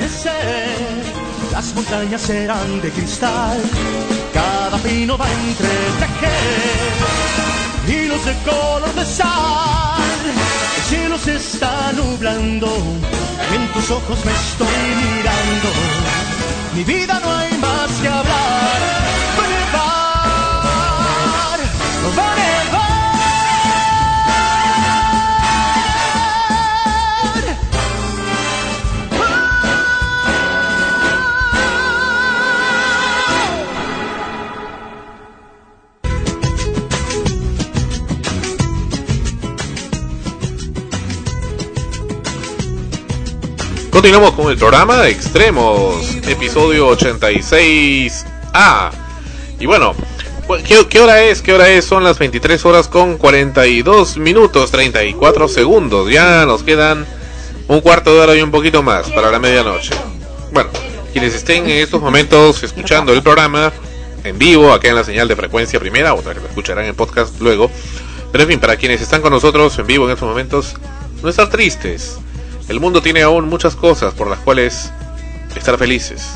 Las montañas serán de cristal. Cada pino va a entretejer hilos de color de sal. El cielo se está nublando y en tus ojos me estoy mirando. Mi vida no hay más que hablar. Va a nevar, va a nevar. Continuamos con el programa Extremos, episodio ochenta y seis A. Y bueno, ¿qué, ¿qué hora es? ¿Qué hora es? Son las veintitrés horas con cuarenta y dos minutos, treinta y cuatro segundos. Ya nos quedan un cuarto de hora y un poquito más para la medianoche. Bueno, quienes estén en estos momentos escuchando el programa en vivo, acá en la señal de Frecuencia Primera, otra que lo escucharán en podcast luego. Pero en fin, para quienes están con nosotros en vivo en estos momentos, no estar tristes. El mundo tiene aún muchas cosas por las cuales estar felices.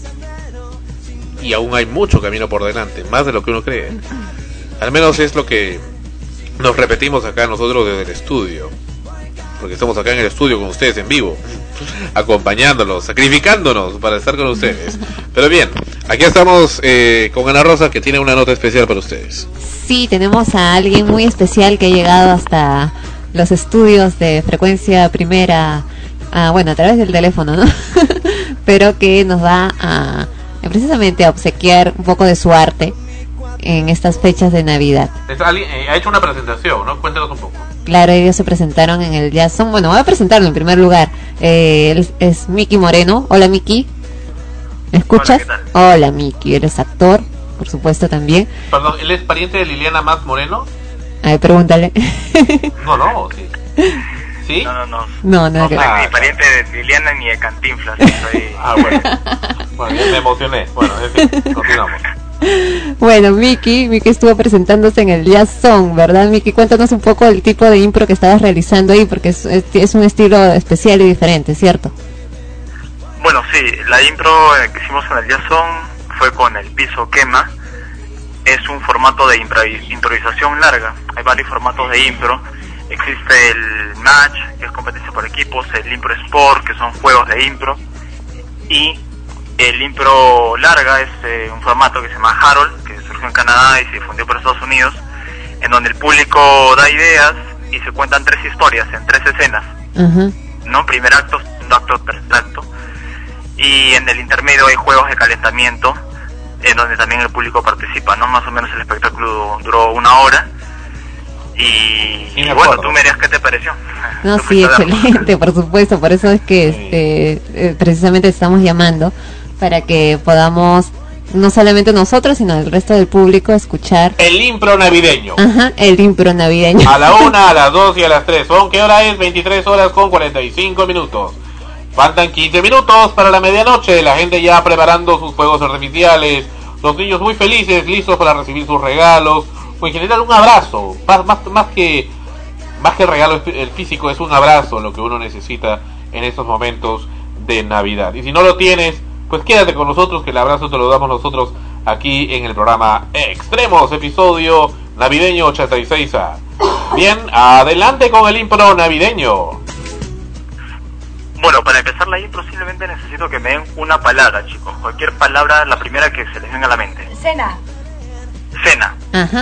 Y aún hay mucho camino por delante, más de lo que uno cree. Al menos es lo que nos repetimos acá nosotros desde el estudio. Porque estamos acá en el estudio con ustedes en vivo, acompañándolos, sacrificándonos para estar con ustedes. Pero bien, aquí estamos eh, con Ana Rosa, que tiene una nota especial para ustedes. Sí, tenemos a alguien muy especial que ha llegado hasta los estudios de Frecuencia Primera, ah, bueno, a través del teléfono, ¿no? Pero que nos va a, precisamente a obsequiar un poco de su arte en estas fechas de Navidad. Ha hecho una presentación, ¿no? Cuéntanos un poco. Claro, ellos se presentaron en el Jazzón. Bueno, voy a presentarlo en primer lugar. Eh, él es Miki Moreno. Hola, Miki. ¿Me escuchas? Hola, ¿qué tal? Hola, Miki. Eres actor, por supuesto, también. Perdón, ¿él es pariente de Liliana Más Moreno? A ver, pregúntale. No, no, sí. ¿Sí? No, no, no. No, no, no soy ah, ni pariente de Liliana ni de Cantinflas. Soy... Ah, bueno. Bueno, ya me emocioné. Bueno, en fin, continuamos. Bueno, Miki, Miki estuvo presentándose en el Jazz Song, ¿verdad, Miki? Cuéntanos un poco del tipo de impro que estabas realizando ahí, porque es, es, es un estilo especial y diferente, ¿cierto? Bueno, sí, la impro que hicimos en el Jazz Song fue con el piso quema. Es un formato de improvis- improvisación larga. Hay varios formatos de impro. Existe el match, que es competencia por equipos, el impro sport, que son juegos de impro, y el impro larga es eh, un formato que se llama Harold, que surgió en Canadá y se difundió por Estados Unidos, en donde el público da ideas y se cuentan tres historias en tres escenas. Uh-huh. ¿No? Primer acto, segundo acto, tercer acto, y en el intermedio hay juegos de calentamiento en donde también el público participa, ¿no? Más o menos el espectáculo duró una hora. Y, y bueno, tú me dirías qué te pareció. No, sí, excelente, por supuesto, por eso es que este, eh, precisamente estamos llamando para que podamos, no solamente nosotros, sino el resto del público, escuchar el impro navideño. Ajá, el impro navideño. A la una, a las dos y a las tres. ¿Son qué hora es? veintitrés horas con cuarenta y cinco minutos. Faltan quince minutos para la medianoche. La gente ya preparando sus fuegos artificiales. Los niños muy felices, listos para recibir sus regalos. O en general un abrazo. Más, más, más que más que el regalo el físico, es un abrazo lo que uno necesita en estos momentos de Navidad. Y si no lo tienes, pues quédate con nosotros, que el abrazo te lo damos nosotros aquí en el programa Extremos, episodio navideño ochenta y seis A. Bien, adelante con el impro navideño. Bueno, para empezar la intro simplemente necesito que me den una palabra, chicos. Cualquier palabra, la primera que se les venga a la mente. Cena. Cena. Ajá.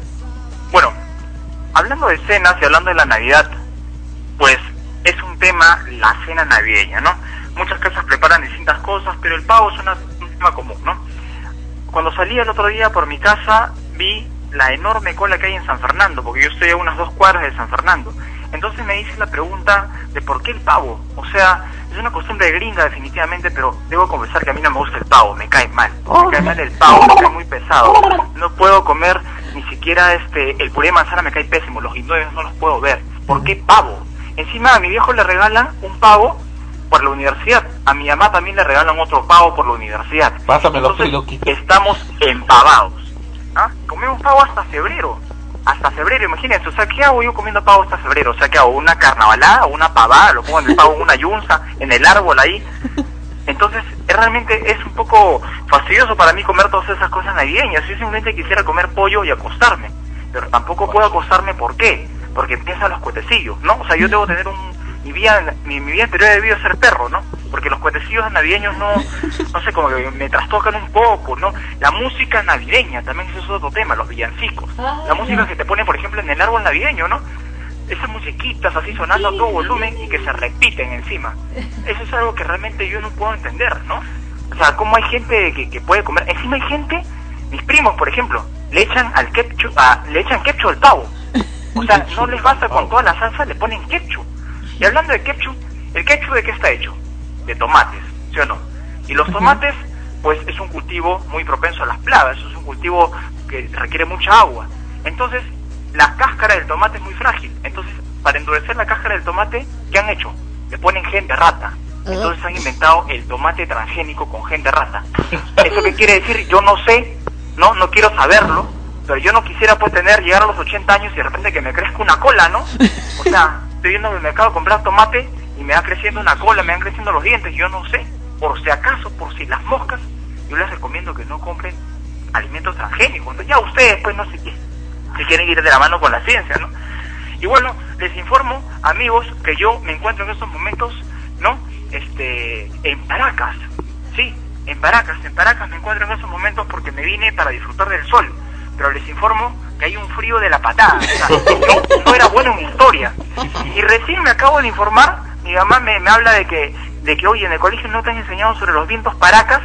Bueno, hablando de cenas y hablando de la Navidad, pues es un tema la cena navideña, ¿no? Muchas casas preparan distintas cosas, pero el pavo es una, un tema común, ¿no? Cuando salí el otro día por mi casa, vi la enorme cola que hay en San Fernando, porque yo estoy a unas dos cuadras de San Fernando. Entonces me hice la pregunta de por qué el pavo. O sea, es una costumbre gringa definitivamente, pero debo confesar que a mí no me gusta el pavo, me cae mal. Me cae mal el pavo, me cae muy pesado. No puedo comer ni siquiera este el puré de manzana, me cae pésimo, los guindones no los puedo ver. ¿Por qué pavo? Encima a mi viejo le regalan un pavo por la universidad. A mi mamá también le regalan otro pavo por la universidad. Pásamelo, Entonces, estamos empavados. ¿Ah? Comemos pavo hasta febrero. Hasta febrero, imagínense. O sea, ¿qué hago yo comiendo pavo hasta febrero? O sea, ¿qué hago? ¿Una carnavalada o una pavada? ¿Lo pongo en el pavo en una yunza, en el árbol ahí? Entonces, realmente es un poco fastidioso para mí comer todas esas cosas navideñas. Yo simplemente quisiera comer pollo y acostarme. Pero tampoco puedo acostarme, ¿por qué? Porque empiezan los cuetecillos, ¿no? O sea, yo debo tener un... Mi vida, mi, mi vida anterior he debido ser perro, ¿no? Porque los cuetecillos navideños no, no sé, como que me trastocan un poco, ¿no? La música navideña, también eso es otro tema, los villancicos. Ah, la música no. que te ponen, por ejemplo, en el árbol navideño, ¿no? Esas musiquitas así sonando sí, a todo volumen y que se repiten encima. Eso es algo que realmente yo no puedo entender, ¿no? O sea, cómo hay gente que, que puede comer. Encima hay gente, mis primos, por ejemplo, le echan al ketchup, a, le echan ketchup al pavo. O sea, no les basta con toda la salsa, le ponen ketchup. Y hablando de ketchup, ¿el ketchup de qué está hecho? De tomates, ¿sí o no? Y los tomates, pues es un cultivo muy propenso a las plagas, es un cultivo que requiere mucha agua. Entonces, la cáscara del tomate es muy frágil. Entonces, para endurecer la cáscara del tomate, ¿qué han hecho? Le ponen gen de rata. Entonces han inventado el tomate transgénico con gen de rata. ¿Eso qué quiere decir? Yo no sé, no, no quiero saberlo, pero yo no quisiera pues tener, llegar a los ochenta años y de repente que me crezca una cola, ¿no? O sea... Estoy yendo al mercado a comprar tomate y me va creciendo una cola, me van creciendo los dientes, yo no sé, por si acaso, por si las moscas, yo les recomiendo que no compren alimentos transgénicos, ¿no? Ya ustedes pues no sé qué, si quieren ir de la mano con la ciencia, ¿no? Y bueno, les informo, amigos, que yo me encuentro en estos momentos, ¿no? Este, en Paracas, sí, en Paracas, en Paracas me encuentro en estos momentos porque me vine para disfrutar del sol, pero les informo que hay un frío de la patada. O sea, yo no era bueno en historia. Y recién me acabo de informar, mi mamá me, me habla de que, de que, oye, en el colegio no te han enseñado sobre los vientos Paracas.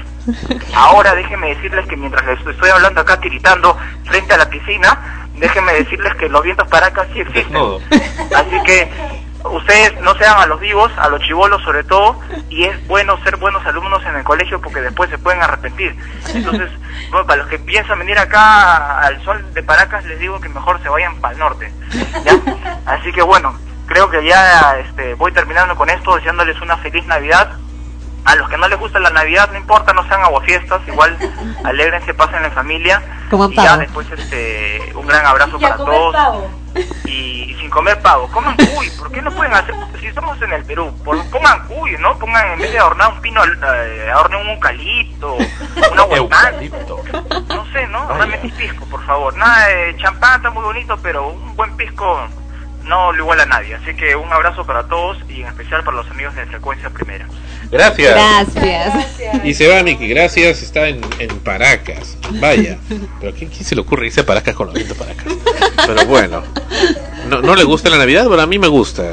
Ahora déjenme decirles que mientras les estoy hablando acá tiritando frente a la piscina, déjenme decirles que los vientos Paracas sí existen. Así que ustedes no sean a los vivos, a los chibolos sobre todo, y es bueno ser buenos alumnos en el colegio porque después se pueden arrepentir. Entonces, bueno, para los que piensan venir acá al sol de Paracas, les digo que mejor se vayan para el norte, ¿ya? Así que bueno, creo que ya este, voy terminando con esto, deseándoles una feliz Navidad. A los que no les gusta la Navidad, no importa, no sean aguafiestas, igual alégrense, pasen en familia. Como y pavo. ya después este, un gran abrazo para todos. Pavo. Y, y sin comer pavo, coman cuy. ¿Por qué no pueden hacer? Si estamos en el Perú, por, pongan cuy, ¿no? Pongan, en vez de adornar un pino, eh, adornen un eucalipto, un aguacate. No sé, ¿no? Realmente es pisco, por favor. Nada de champán, está muy bonito, pero un buen pisco no lo iguala a nadie. Así que un abrazo para todos y en especial para los amigos de Frecuencia Primera. Gracias. Gracias. Y se va, Miki, gracias. Está en, en Paracas. Vaya. Pero ¿quién, quién se le ocurre irse a Paracas con los vientos Paracas? Pero bueno. No, no le gusta la Navidad, pero a mí me gusta.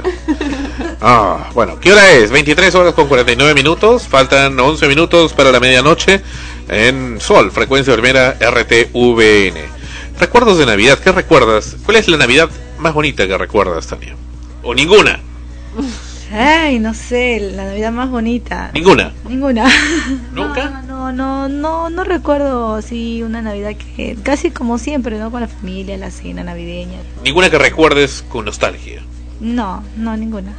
Ah, bueno, ¿qué hora es? veintitrés horas con cuarenta y nueve minutos. Faltan once minutos para la medianoche en Sol, Frecuencia Primera R T V N. Recuerdos de Navidad, ¿qué recuerdas? ¿Cuál es la Navidad más bonita que recuerdas, Tania? ¿O ninguna? Ay, no sé, la Navidad más bonita. ¿Ninguna? Ninguna. ¿Nunca? No, no, no, no, no recuerdo así una Navidad que casi como siempre, ¿no? Con la familia, la cena navideña. ¿Ninguna que recuerdes con nostalgia? No, no, ninguna.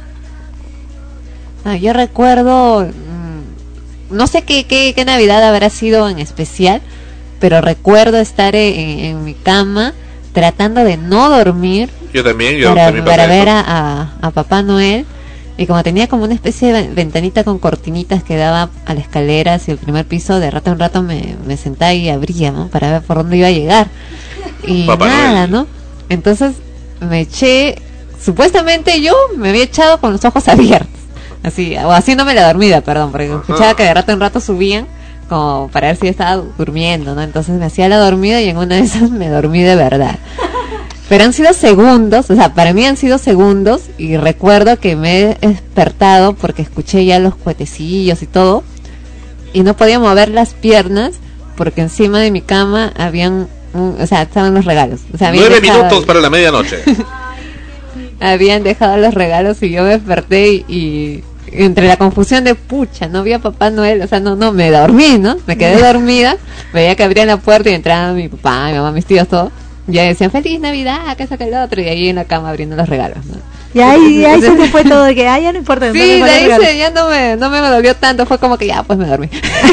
No, yo recuerdo, mmm, no sé qué, qué, qué Navidad habrá sido en especial, pero recuerdo estar en, en mi cama tratando de no dormir. Yo también, yo para, también para ver a, a, a Papá Noel. Y como tenía como una especie de ventanita con cortinitas que daba a la escalera hacia el primer piso, de rato en rato me, me sentaba y abría, ¿no? Para ver por dónde iba a llegar. Y Papá nada, Noel. ¿no? Entonces me eché, supuestamente yo me había echado con los ojos abiertos. así, o haciéndome la dormida, perdón, porque escuchaba que de rato en rato subían como para ver si yo estaba durmiendo, ¿no? Entonces me hacía la dormida y en una de esas me dormí de verdad. Pero han sido segundos, o sea, para mí han sido segundos, y recuerdo que me he despertado porque escuché ya los cuetecillos y todo, y no podía mover las piernas porque encima de mi cama habían, un, o sea, estaban los regalos. O sea, Nueve dejado, minutos para la medianoche. habían dejado los regalos y yo me desperté y, y entre la confusión de pucha, no había Papá Noel, o sea, no, no, me dormí, ¿no? Me quedé dormida, veía que abrían la puerta y entraban mi papá, mi mamá, mis tíos, todo. Ya decían feliz Navidad, que saca el otro, y ahí en la cama abriendo los regalos, ¿no? Y ahí, ahí se te fue todo, de que ah, ya no importa. Sí, no de ahí regalos. se, ya no me, no me dolió tanto, fue como que ya, pues me dormí.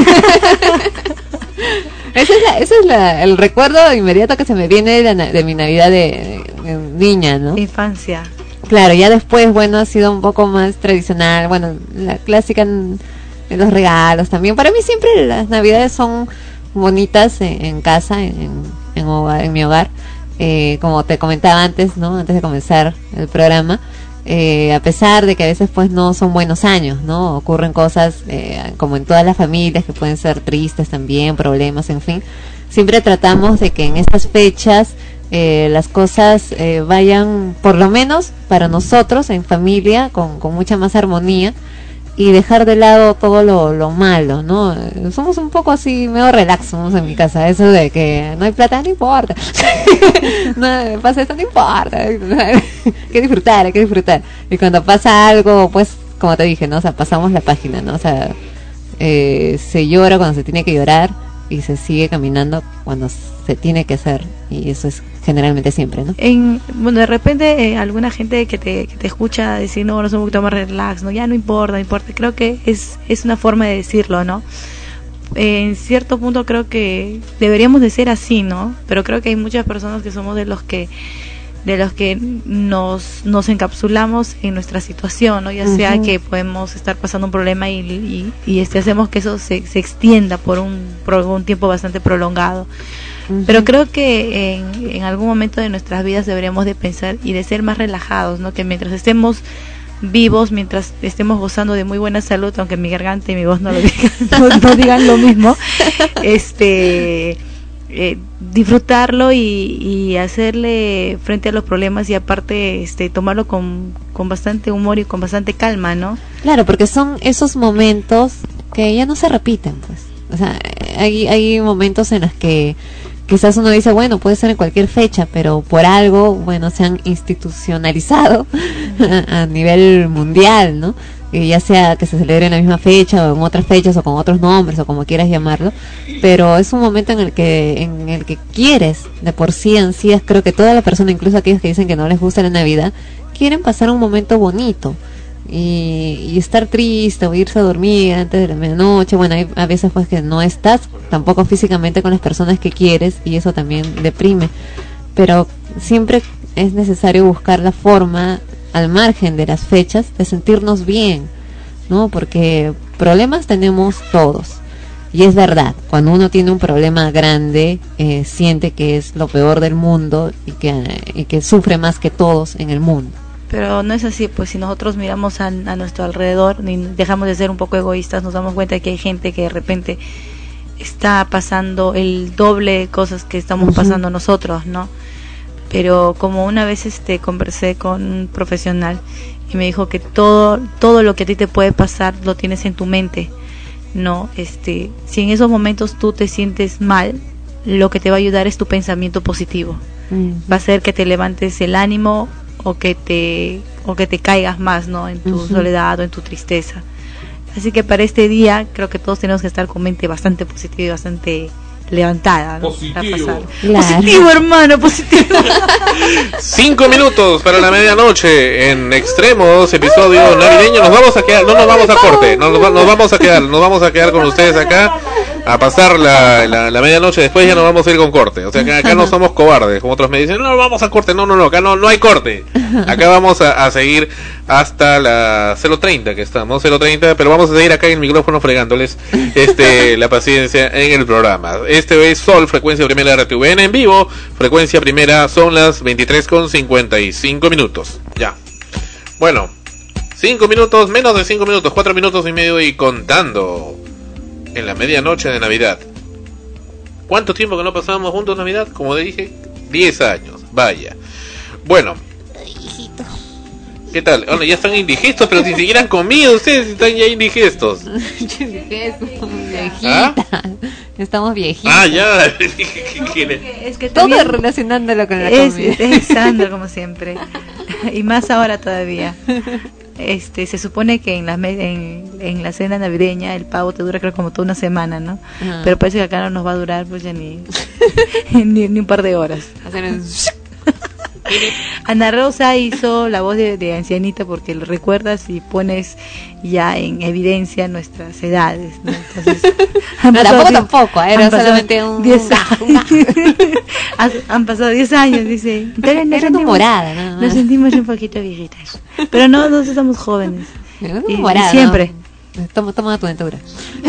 Ese es, la, ese es la, el recuerdo inmediato que se me viene de, la, de mi Navidad de, de, de niña, ¿no? Infancia. Claro, ya después, bueno, ha sido un poco más tradicional, bueno, la clásica en, en los regalos también. Para mí siempre las Navidades son bonitas en, en casa, en, en, hogar, en mi hogar. Eh, como te comentaba antes, ¿no? Antes de comenzar el programa, eh, a pesar de que a veces pues no son buenos años, ¿no? Ocurren cosas eh, como en todas las familias que pueden ser tristes también, problemas, en fin. Siempre tratamos de que en estas fechas eh, las cosas eh, vayan, por lo menos para nosotros en familia, con, con mucha más armonía, y dejar de lado todo lo, lo malo, ¿no? Somos un poco así, medio relax, somos en mi casa, eso de que no hay plata, no importa, no pasa esto, no importa, hay que disfrutar, hay que disfrutar, y cuando pasa algo, pues, como te dije, ¿no? O sea, pasamos la página, ¿no? O sea, eh, se llora cuando se tiene que llorar, y se sigue caminando cuando se tiene que hacer, y eso es generalmente siempre, ¿no? En, bueno, de repente eh, alguna gente que te, que te escucha decir, no, no soy un poquito más relax, no, ya no importa, no importa. Creo que es, es una forma de decirlo, ¿no? Eh, en cierto punto creo que deberíamos de ser así, ¿no? Pero creo que hay muchas personas que somos de los que de los que nos, nos encapsulamos en nuestra situación, ¿no? Ya sea uh-huh. que podemos estar pasando un problema y, y, y este, hacemos que eso se, se extienda por un, por un tiempo bastante prolongado. Uh-huh. Pero creo que en, en algún momento de nuestras vidas deberíamos de pensar y de ser más relajados, ¿no? Que mientras estemos vivos, mientras estemos gozando de muy buena salud, aunque mi garganta y mi voz no lo digan, no, no digan lo mismo, este... Eh, disfrutarlo y, y hacerle frente a los problemas y aparte este tomarlo con, con bastante humor y con bastante calma, ¿no? Claro, porque son esos momentos que ya no se repiten, pues. O sea, hay, hay momentos en los que quizás uno dice, bueno, puede ser en cualquier fecha, pero por algo, bueno, se han institucionalizado a, a nivel mundial, ¿no? Eh, ya sea que se celebre en la misma fecha o en otras fechas o con otros nombres o como quieras llamarlo, pero es un momento en el que en el que quieres, de por sí ansías, creo que toda la persona, incluso aquellos que dicen que no les gusta la Navidad, quieren pasar un momento bonito y, y estar triste o irse a dormir antes de la medianoche. Bueno, hay a veces pues que no estás tampoco físicamente con las personas que quieres y eso también deprime, pero siempre es necesario buscar la forma al margen de las fechas de sentirnos bien, ¿no? Porque problemas tenemos todos y es verdad, cuando uno tiene un problema grande eh, siente que es lo peor del mundo y que, y que sufre más que todos en el mundo. Pero no es así, pues si nosotros miramos a, a nuestro alrededor y dejamos de ser un poco egoístas, nos damos cuenta de que hay gente que de repente está pasando el doble de cosas que estamos uh-huh. pasando nosotros, ¿no? Pero como una vez este conversé con un profesional y me dijo que todo todo lo que a ti te puede pasar lo tienes en tu mente, no, este, si en esos momentos tú te sientes mal, lo que te va a ayudar es tu pensamiento positivo. Mm. Va a hacer que te levantes el ánimo o que te o que te caigas más, no, en tu uh-huh. soledad o en tu tristeza. Así que para este día creo que todos tenemos que estar con mente bastante positiva y bastante levantada, ¿no? Positivo. Para pasar. Claro. Positivo, hermano, positivo. Cinco minutos para la medianoche en Extremos, episodio navideño. Nos vamos a quedar, no nos vamos a corte, nos, nos vamos a quedar, nos vamos a quedar con ustedes acá a pasar la, la, la medianoche. Después ya nos vamos a ir con corte. O sea, que acá no somos cobardes, como otros me dicen, no, vamos a corte. No, no, no, acá no, no hay corte. Acá vamos a, a seguir hasta la cero treinta que estamos, cero treinta, pero vamos a seguir acá en el micrófono fregándoles este la paciencia en el programa. Este es Sol, frecuencia primera R T V N en vivo. Frecuencia primera, son las veintitrés con cincuenta y cinco minutos. Ya. Bueno, Cinco minutos, menos de cinco minutos, cuatro minutos y medio y contando. En la medianoche de Navidad. ¿Cuánto tiempo que no pasábamos juntos Navidad? Como dije, diez años. Vaya. Bueno. ¿Qué tal? Bueno, ya están indigestos, pero si siquiera han comido ustedes, están ya indigestos. ¿Ah? Estamos viejitos. Ah, ya. Es que todo relacionándolo con la es, comida. Es Sandro, como siempre. Y más ahora todavía. Este, se supone que en la, en, en la cena navideña el pavo te dura creo como toda una semana, ¿no? Ajá. Pero parece que acá no nos va a durar pues ya ni, ni, ni un par de horas. Ana Rosa hizo la voz de, de ancianita porque lo recuerdas y pones ya en evidencia nuestras edades, ¿no? Entonces, han no, tampoco, diez, tampoco, era solamente un... diez años. Han pasado diez años, dice. Entonces nos sentimos, morada, ¿no? Nos sentimos un poquito viejitas. Pero no, nosotros estamos jóvenes. Y, morada, y siempre. ¿no? Toma, toma tu dentura.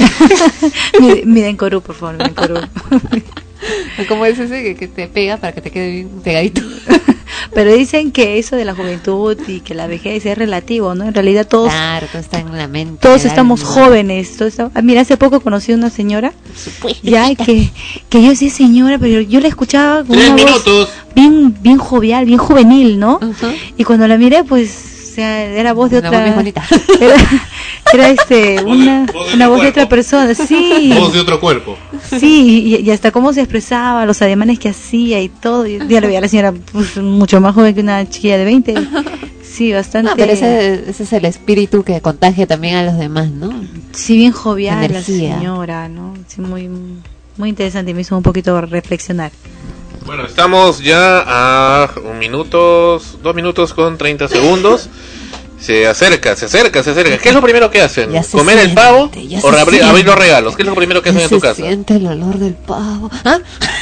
Miren Corú, por favor, miren Corú. Como es ese que, que te pega para que te quede bien pegadito. Pero dicen que eso de la juventud y que la vejez es relativo, ¿no? En realidad todos, claro, todo está en la mente. Todos estamos alma. jóvenes. Todos está... ah, mira, hace poco conocí a una señora, ya que que yo sí señora, pero yo la escuchaba con Tres una minutos. voz bien bien jovial, bien juvenil, ¿no? Uh-huh. Y cuando la miré, pues o sea, era voz de una otra. Voz bonita. Era, era este una voz de, voz de una voz cuerpo. de otra persona, sí. Voz de otro cuerpo. Sí, y, y hasta cómo se expresaba, los ademanes que hacía y todo. Yo ya le veía a la señora pues, mucho más joven que una chiquilla de veinte. Sí, bastante. No, pero ese, ese es el espíritu que contagia también a los demás, ¿no? Sí, bien jovial energía. La señora, ¿no? Sí, muy muy interesante y me hizo un poquito reflexionar. Bueno, estamos ya a un minuto, dos minutos con treinta segundos. Se acerca, se acerca, se acerca. ¿Qué es lo primero que hacen? ¿Comer siente, el pavo o abrir, abrir los regalos? ¿Qué es lo primero que hacen en tu casa? Se siente el olor del pavo. ¿Ah?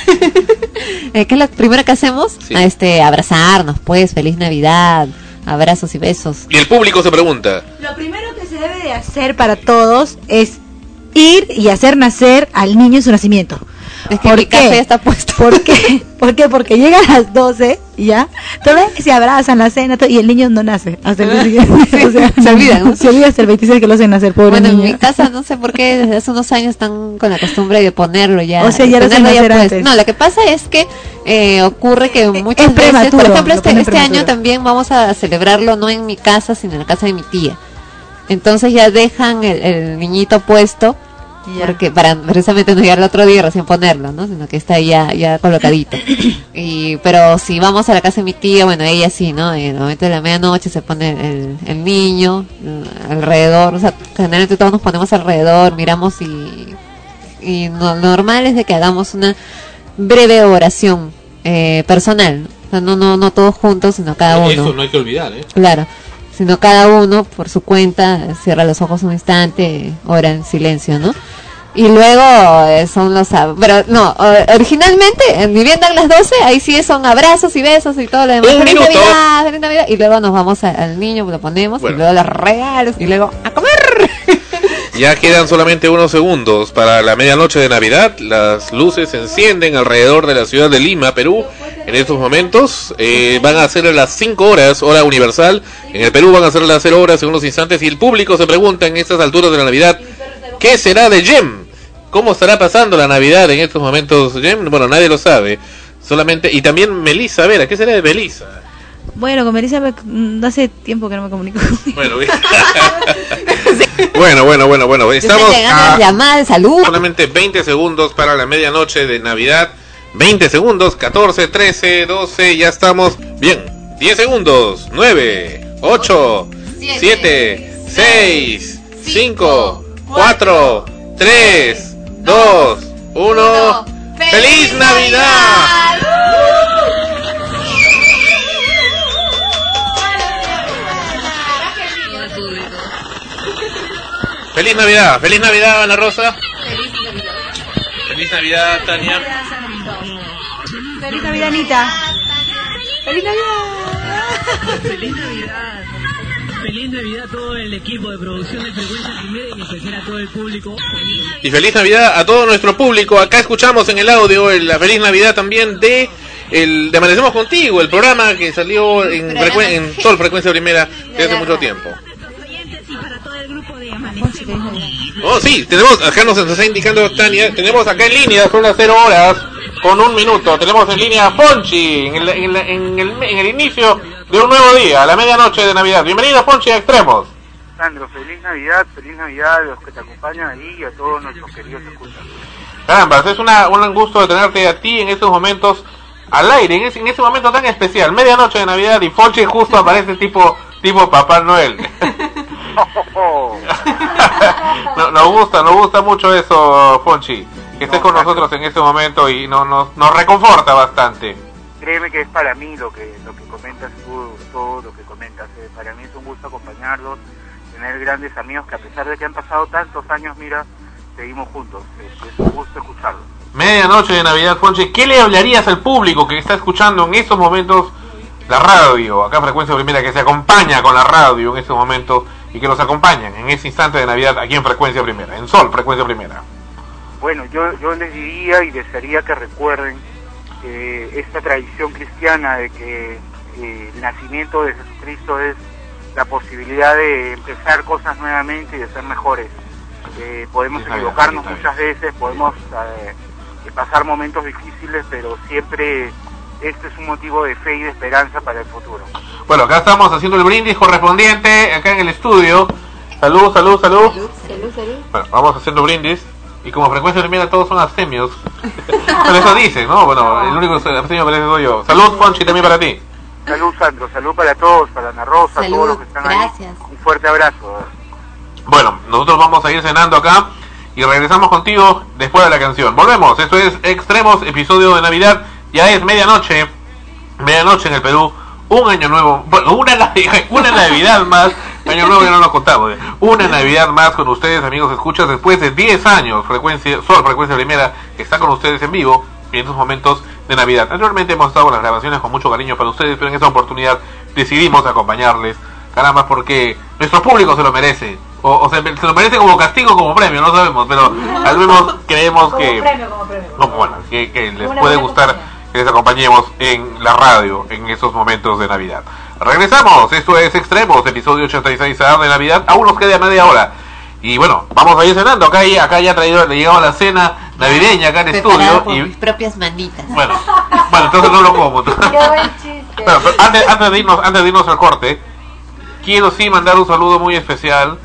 ¿Qué es lo primero que hacemos? Sí. Este, abrazarnos, pues, feliz Navidad, abrazos y besos. Y el público se pregunta. Lo primero que se debe de hacer para todos es ir y hacer nacer al niño en su nacimiento. Es que mi casa ya está puesto. ¿Por qué? ¿Por qué? Porque llegan a las doce, ya, todos se abrazan la cena todo, y el niño no nace hasta el día siguiente. Sí, o sea, se olvida, ¿no? Se olvida hasta el veintiséis que lo hacen nacer, pobre bueno, niño. Bueno, en mi casa no sé por qué desde hace unos años están con la costumbre de ponerlo ya. O sea, ya lo hacen nacer pues. antes. No, lo que pasa es que eh, ocurre que muchas es veces, por ejemplo, este, este prematuro. año también vamos a celebrarlo no en mi casa, sino en la casa de mi tía. Entonces ya dejan el, el niñito puesto. Yeah. Porque para precisamente no llegar el otro día y recién ponerlo, ¿no? Sino que está ya ya colocadito. Y pero si vamos a la casa de mi tía, bueno, ella sí, ¿no? En el momento de la medianoche se pone el, el niño uh, alrededor, o sea, generalmente todos nos ponemos alrededor, miramos y y lo normal es de que hagamos una breve oración eh, personal, ¿no? O sea, no no no todos juntos, sino cada uno. Eso no hay que olvidar, ¿eh? Claro. Sino cada uno por su cuenta cierra los ojos un instante, ora en silencio, ¿no? Y luego eh, son los... Pero no, originalmente en Vivienda en las doce, ahí sí son abrazos y besos y todo lo demás. ¡Feliz Navidad! ¡Feliz Navidad! Y luego nos vamos a, al niño, lo ponemos, bueno. Y luego los regalos, y luego ¡a comer! Ya quedan solamente unos segundos para la medianoche de Navidad. Las luces se encienden alrededor de la ciudad de Lima, Perú. En estos momentos eh, van a ser las cinco horas, hora universal. En el Perú van a ser las cero horas en unos instantes. Y el público se pregunta en estas alturas de la Navidad, ¿qué será de Jem? ¿Cómo estará pasando la Navidad en estos momentos, Jem? Bueno, nadie lo sabe. Solamente y también Melissa Vera, ¿qué será de Melissa? Bueno, con Melissa me, hace tiempo que no me comunico. Bueno, bueno, bueno, bueno, bueno. Estamos a llamada de salud. Solamente veinte segundos para la medianoche de Navidad. veinte segundos, catorce, trece, doce, ya estamos. Bien, diez segundos, nueve, ocho, siete, seis, cinco, cuatro, tres, dos, uno. ¡Feliz Navidad! ¡Feliz Navidad! ¡Feliz Navidad, Ana Rosa! ¡Feliz Navidad! ¡Feliz Navidad, Tania! ¡Feliz Navidad, Anita! ¡Feliz Navidad! ¡Feliz Navidad! Feliz Navidad a todo el equipo de producción de Frecuencia Primera y en especial a todo el público. Y feliz Navidad a todo nuestro público. Acá escuchamos en el audio el, la feliz Navidad también de el de Amanecemos Contigo, el programa que salió en, frecuen, en Sol Frecuencia Primera desde hace mucho tiempo. Oh, sí, tenemos, acá nos está indicando Tania, tenemos acá en línea, son las cero horas con un minuto, tenemos en línea a Fonchi, en el, en, la, en, el, en el inicio de un nuevo día, a la medianoche de Navidad. Bienvenido, Fonchi, a Extremos. Sandro, feliz Navidad, feliz Navidad a los que te acompañan ahí y a todos nuestros queridos escuchantes. Caramba, es una, un gusto de tenerte a ti en estos momentos al aire, en ese, en ese momento tan especial, medianoche de Navidad, y Fonchi justo aparece tipo tipo Papá Noel. no, nos gusta, nos gusta mucho eso, Fonchi, que estés no, con nosotros en este momento y no, nos, nos reconforta bastante. Créeme que es para mí lo que lo que comentas tú, todo lo que comentas, eh, para mí es un gusto acompañarlos, tener grandes amigos que a pesar de que han pasado tantos años, mira, seguimos juntos, es, es un gusto escucharlos. Medianoche de Navidad, Fonchi, ¿qué le hablarías al público que está escuchando en estos momentos la radio, acá Frecuencia Primera, que se acompaña con la radio en estos momentos y que nos acompañan en ese instante de Navidad aquí en Frecuencia Primera, en Sol, Frecuencia Primera? Bueno, yo, yo les diría y desearía que recuerden que esta tradición cristiana de que eh, el nacimiento de Jesucristo es la posibilidad de empezar cosas nuevamente y de ser mejores. Eh, podemos sí, equivocarnos bien, muchas veces, podemos eh, pasar momentos difíciles, pero siempre este es un motivo de fe y de esperanza para el futuro. Bueno, acá estamos haciendo el brindis correspondiente acá en el estudio. Salud, salud, salud. Salud, salud, salud. Bueno, vamos haciendo brindis. Y como Frecuencia Primera todos son abstemios. Pero eso dicen, ¿no? Bueno, el único abstemio parece soy yo. Salud, Fonchi, también para ti. Salud, Sandro. Salud para todos, para Ana Rosa, salud, todos los que están gracias. Ahí. Un fuerte abrazo. Bueno, nosotros vamos a ir cenando acá y regresamos contigo después de la canción. Volvemos, esto es Extremos, episodio de Navidad. Ya es medianoche, medianoche en el Perú, un año nuevo, bueno, una, una Navidad más, año nuevo ya no lo contamos, una Navidad más con ustedes, amigos escuchas, después de diez años, frecuencia, Sol, Frecuencia Primera, que está con ustedes en vivo en estos momentos de Navidad. Anteriormente hemos estado con las grabaciones con mucho cariño para ustedes, pero en esta oportunidad decidimos acompañarles, caramba, porque nuestro público se lo merece. O, o se, se lo merece como castigo o como premio, no sabemos, pero al menos creemos como que, premio, como premio. No, bueno, que, que les puede gustar compañía. Que les acompañemos en la radio en esos momentos de Navidad. Regresamos, esto es Extremos, episodio ochenta y seis A de Navidad, aún nos queda media hora. Y bueno, vamos a ir cenando, acá, acá ya ha traído, le llegado la cena navideña acá en el estudio. Por y mis propias manitas. Bueno, bueno, entonces no lo como. Qué buen chiste. Pero, pero antes, antes, de irnos, antes de irnos al corte, quiero sí mandar un saludo muy especial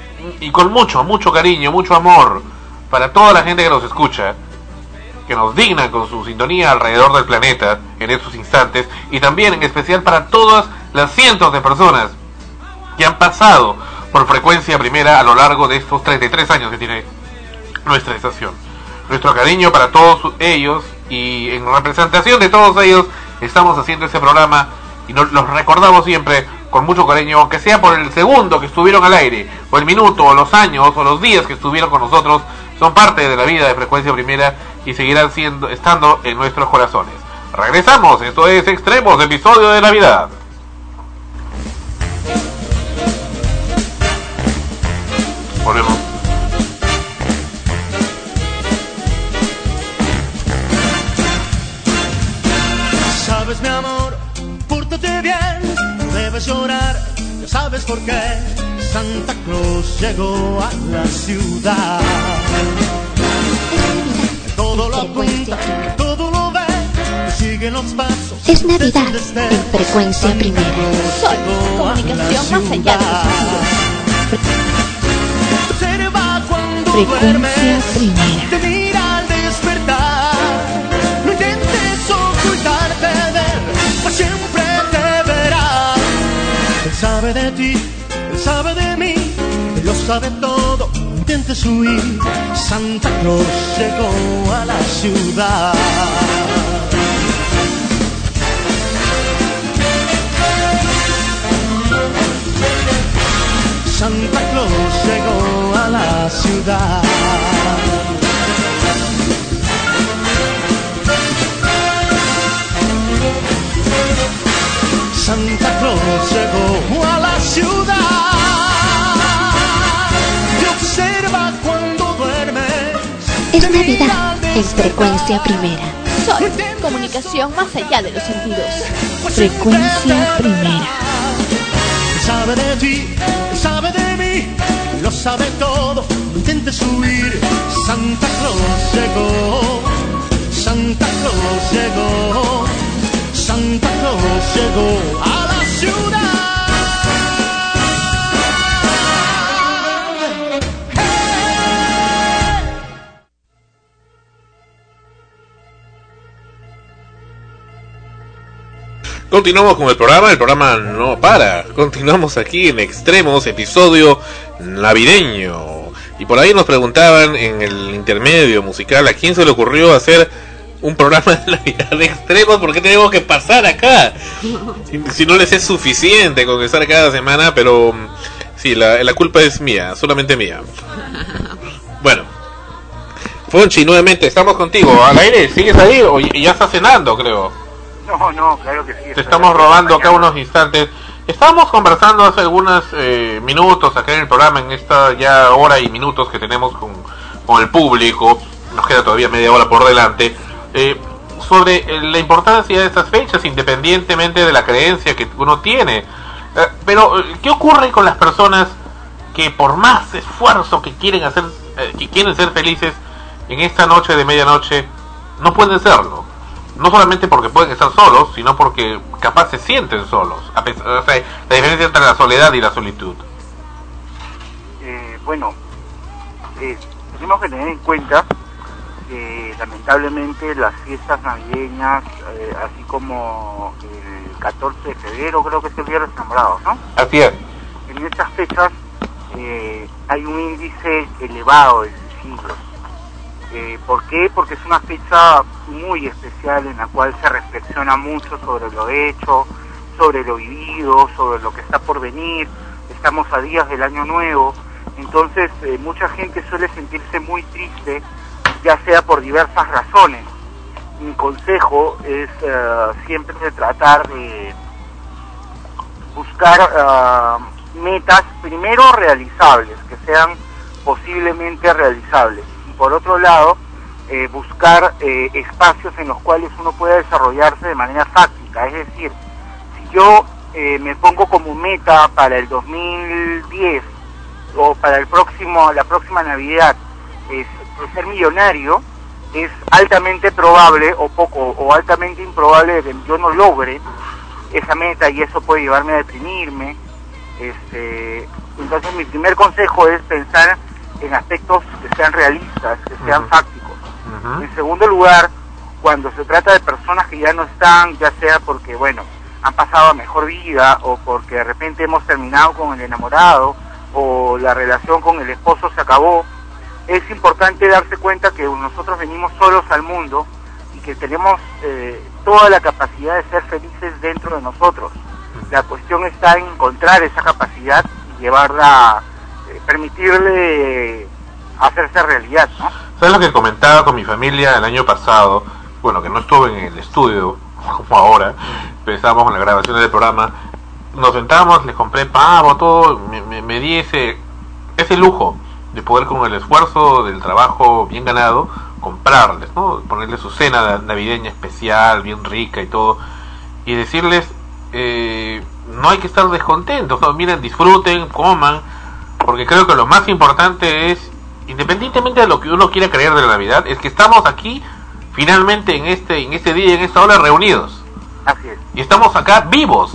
y con mucho, mucho cariño, mucho amor para toda la gente que nos escucha, que nos dignan con su sintonía alrededor del planeta en estos instantes, y también en especial para todas las cientos de personas que han pasado por Frecuencia Primera a lo largo de estos treinta y tres años que tiene nuestra estación. Nuestro cariño para todos ellos, y en representación de todos ellos estamos haciendo este programa y nos los recordamos siempre con mucho cariño, aunque sea por el segundo que estuvieron al aire, o el minuto, o los años, o los días que estuvieron con nosotros. Son parte de la vida de Frecuencia Primera y seguirán siendo, estando en nuestros corazones. Regresamos, esto es Extremos, episodio de Navidad. Volvemos. Sabes, mi amor, pórtate bien, no debes llorar, ya sabes por qué. Santa Claus llegó a la ciudad. Todo lo apunta, todo lo ve, siguen los pasos. Es Navidad en Frecuencia Primera. Sol, comunicación más allá de los sentidos. Frecuencia Primera. Te mira al despertar. No intentes ocultarte de él, pues siempre te verá. Él sabe de ti, él sabe de mí, él lo sabe todo. No intentes huir. Santa Claus llegó a la ciudad. Santa Claus llegó a la ciudad. Santa Claus llegó a la ciudad. Te observa cuando duermes. Es Navidad en Frecuencia Primera. Sol, comunicación más allá de los sentidos. Frecuencia Primera. Sabe de ti, sabe de mí, lo sabe todo, no intentes huir. Santa Claus llegó, Santa Claus llegó, Santa Claus llegó a la ciudad. Continuamos con el programa, el programa no para. Continuamos aquí en Extremos, episodio navideño. Y por ahí nos preguntaban en el intermedio musical a quién se le ocurrió hacer un programa de Navidad de Extremos, ¿por qué tenemos que pasar acá? Si, si no les es suficiente con estar cada semana, pero sí, la, la culpa es mía, solamente mía. Bueno, Fonchi, nuevamente estamos contigo. Al aire, ¿sigues ahí o ya estás cenando, creo? No, no, claro que sí. Te estamos robando acá unos instantes. Estábamos conversando hace algunos eh, minutos acá en el programa, en esta ya hora y minutos que tenemos con, con el público, nos queda todavía media hora por delante, eh, sobre la importancia de estas fechas, independientemente de la creencia que uno tiene. Eh, pero, ¿qué ocurre con las personas que por más esfuerzo que quieren hacer, eh, que quieren ser felices en esta noche de medianoche, no pueden serlo? No solamente porque pueden estar solos, sino porque capaz se sienten solos. A pesar, o sea, la diferencia entre la soledad y la solitud. Eh, bueno, eh, tenemos que tener en cuenta que lamentablemente las fiestas navideñas, eh, así como el catorce de febrero, creo que es el Día de los Enamorados, ¿no? Así es. En estas fechas eh, hay un índice elevado de suicidios. Eh, ¿Por qué? Porque es una fecha muy especial en la cual se reflexiona mucho sobre lo hecho, sobre lo vivido, sobre lo que está por venir. Estamos a días del Año Nuevo, entonces eh, mucha gente suele sentirse muy triste, ya sea por diversas razones. Mi consejo es eh, siempre de tratar de buscar uh, metas primero realizables, que sean posiblemente realizables. Por otro lado, eh, buscar eh, espacios en los cuales uno pueda desarrollarse de manera fáctica. Es decir, si yo eh, me pongo como meta para el dos mil diez o para el próximo, la próxima Navidad, es, es ser millonario, es altamente probable o poco o altamente improbable que yo no logre esa meta, y eso puede llevarme a deprimirme. Este, entonces mi primer consejo es pensar en aspectos que sean realistas, que sean uh-huh. fácticos. Uh-huh. En segundo lugar, cuando se trata de personas que ya no están, ya sea porque, bueno, han pasado a mejor vida, o porque de repente hemos terminado con el enamorado, o la relación con el esposo se acabó, es importante darse cuenta que nosotros venimos solos al mundo y que tenemos eh, toda la capacidad de ser felices dentro de nosotros. La cuestión está en encontrar esa capacidad y llevarla, permitirle hacerse realidad, ¿no? ¿Sabes lo que comentaba con mi familia el año pasado? Bueno, que no estuve en el estudio como ahora, empezamos con la grabación del programa, nos sentamos, les compré pavo, todo, me, me, me di ese, ese lujo de poder, con el esfuerzo del trabajo bien ganado, comprarles, ¿no? Ponerles su cena navideña especial, bien rica y todo, y decirles, eh, no hay que estar descontentos, ¿no? Miren, disfruten, coman, porque creo que lo más importante es, independientemente de lo que uno quiera creer de la Navidad, es que estamos aquí finalmente en este en este día y en esta hora reunidos. Así es. Y estamos acá vivos,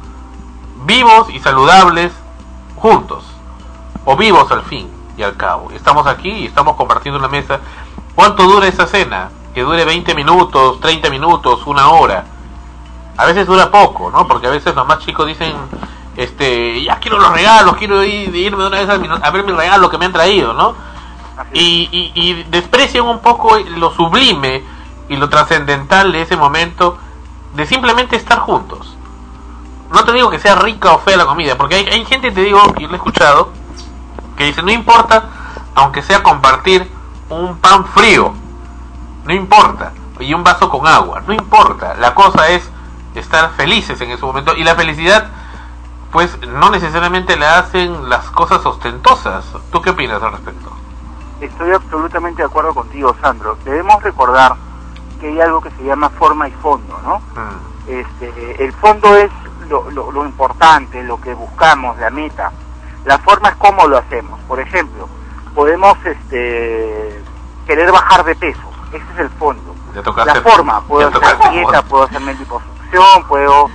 vivos y saludables juntos, o vivos al fin y al cabo. Estamos aquí y estamos compartiendo una mesa. ¿Cuánto dura esa cena? Que dure veinte minutos, treinta minutos, una hora. A veces dura poco, ¿no? Porque a veces los más chicos dicen, este, ya quiero los regalos, quiero ir, irme de una vez a, mi, a ver mi regalo que me han traído, ¿no? Y, y, y desprecian un poco lo sublime y lo trascendental de ese momento, de simplemente estar juntos. No te digo que sea rica o fea la comida, porque hay, hay gente, te digo, y lo he escuchado, que dice, no importa, aunque sea compartir un pan frío, no importa, y un vaso con agua, no importa, la cosa es estar felices en ese momento, y la felicidad, pues, no necesariamente la hacen las cosas ostentosas. ¿Tú qué opinas al respecto? Estoy absolutamente de acuerdo contigo, Sandro. Debemos recordar que hay algo que se llama forma y fondo, ¿no? Mm. Este, el fondo es lo, lo, lo importante, lo que buscamos, la meta, La forma es cómo lo hacemos. Por ejemplo, podemos este, querer bajar de peso. Ese es el fondo. La forma, puedo hacer dieta, puedo hacer liposucción, puedo,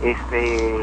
este,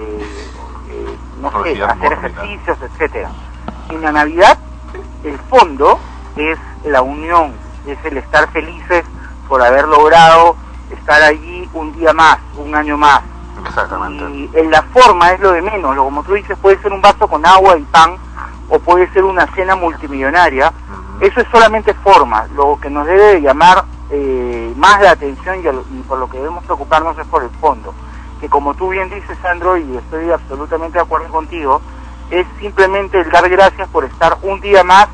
eh, no sé, hacer ejercicios, etcétera. En la Navidad, el fondo es la unión, es el estar felices por haber logrado estar allí un día más, un año más. Exactamente. Y en la forma es lo de menos, lo como tú dices, puede ser un vaso con agua y pan, o puede ser una cena multimillonaria. Uh-huh. Eso es solamente forma. Lo que nos debe llamar eh, más la atención y, el, y por lo que debemos preocuparnos es por el fondo, que como tú bien dices, Sandro, y estoy absolutamente de acuerdo contigo, es simplemente el dar gracias por estar un día más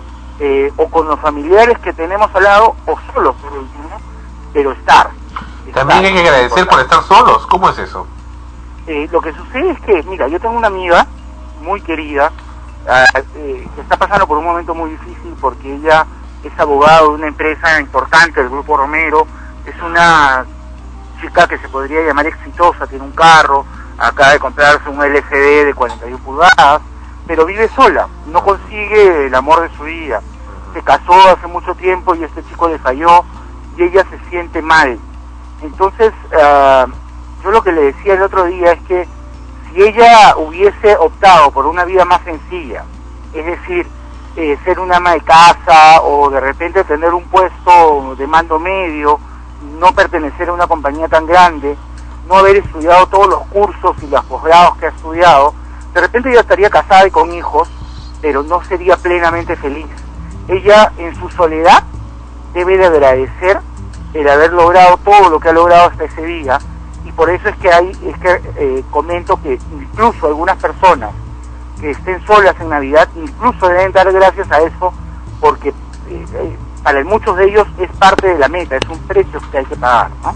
eh, o con los familiares que tenemos al lado, o solos por último, pero estar. También hay que agradecer por estar solos. ¿Cómo es eso? Eh, lo que sucede es que, mira, yo tengo una amiga muy querida uh, eh, que está pasando por un momento muy difícil porque ella es abogada de una empresa importante, el Grupo Romero. Es una chica que se podría llamar exitosa, tiene un carro, acaba de comprarse un L C D de cuarenta y una pulgadas, pero vive sola, no consigue el amor de su vida. Se casó hace mucho tiempo y este chico le falló y ella se siente mal. Entonces, uh, yo lo que le decía el otro día es que si ella hubiese optado por una vida más sencilla, es decir, eh, ser una ama de casa o de repente tener un puesto de mando medio, no pertenecer a una compañía tan grande, no haber estudiado todos los cursos y los posgrados que ha estudiado, de repente ella estaría casada y con hijos, pero no sería plenamente feliz. Ella en su soledad debe de agradecer el haber logrado todo lo que ha logrado hasta ese día, y por eso es que hay, es que eh, comento que incluso algunas personas que estén solas en Navidad, incluso deben dar gracias a eso, porque eh, eh, para muchos de ellos es parte de la meta, es un precio que hay que pagar, ¿no?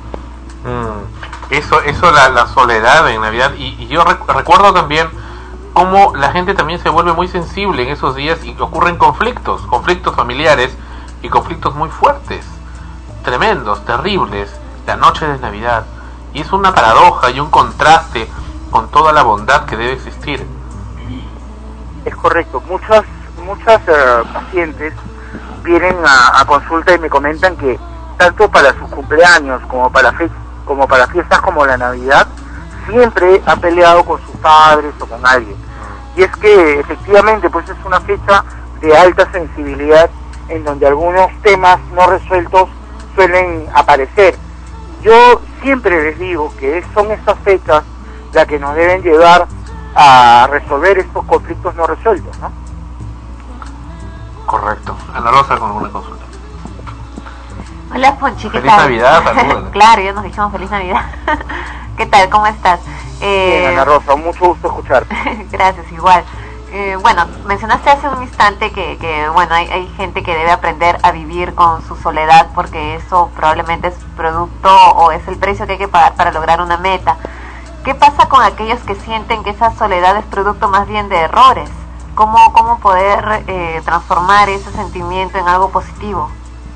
Mm, eso, eso la, la soledad en Navidad, y, y yo rec- recuerdo también cómo la gente también se vuelve muy sensible en esos días y ocurren conflictos, conflictos familiares y conflictos muy fuertes, tremendos, terribles, la noche de Navidad, y es una paradoja y un contraste con toda la bondad que debe existir. Es correcto, muchas muchas uh, pacientes vienen a, a consulta y me comentan que tanto para sus cumpleaños como para fe, como para fiestas como la Navidad, siempre han peleado con sus padres o con alguien. Y es que efectivamente pues es una fecha de alta sensibilidad en donde algunos temas no resueltos suelen aparecer. Yo siempre les digo que son estas fechas las que nos deben llevar a resolver estos conflictos no resueltos, ¿no? Correcto. Ana Rosa con una consulta. Hola Ponchi, ¿qué feliz tal? Navidad, saludos. Claro, ya nos dijimos feliz Navidad. ¿Qué tal? ¿Cómo estás? Eh... Bien, Ana Rosa, mucho gusto escucharte. Gracias, igual. Eh, bueno, mencionaste hace un instante que, que bueno, hay, hay gente que debe aprender a vivir con su soledad porque eso probablemente es producto o es el precio que hay que pagar para lograr una meta. ¿Qué pasa con aquellos que sienten que esa soledad es producto más bien de errores? ¿Cómo, cómo poder eh, transformar ese sentimiento en algo positivo?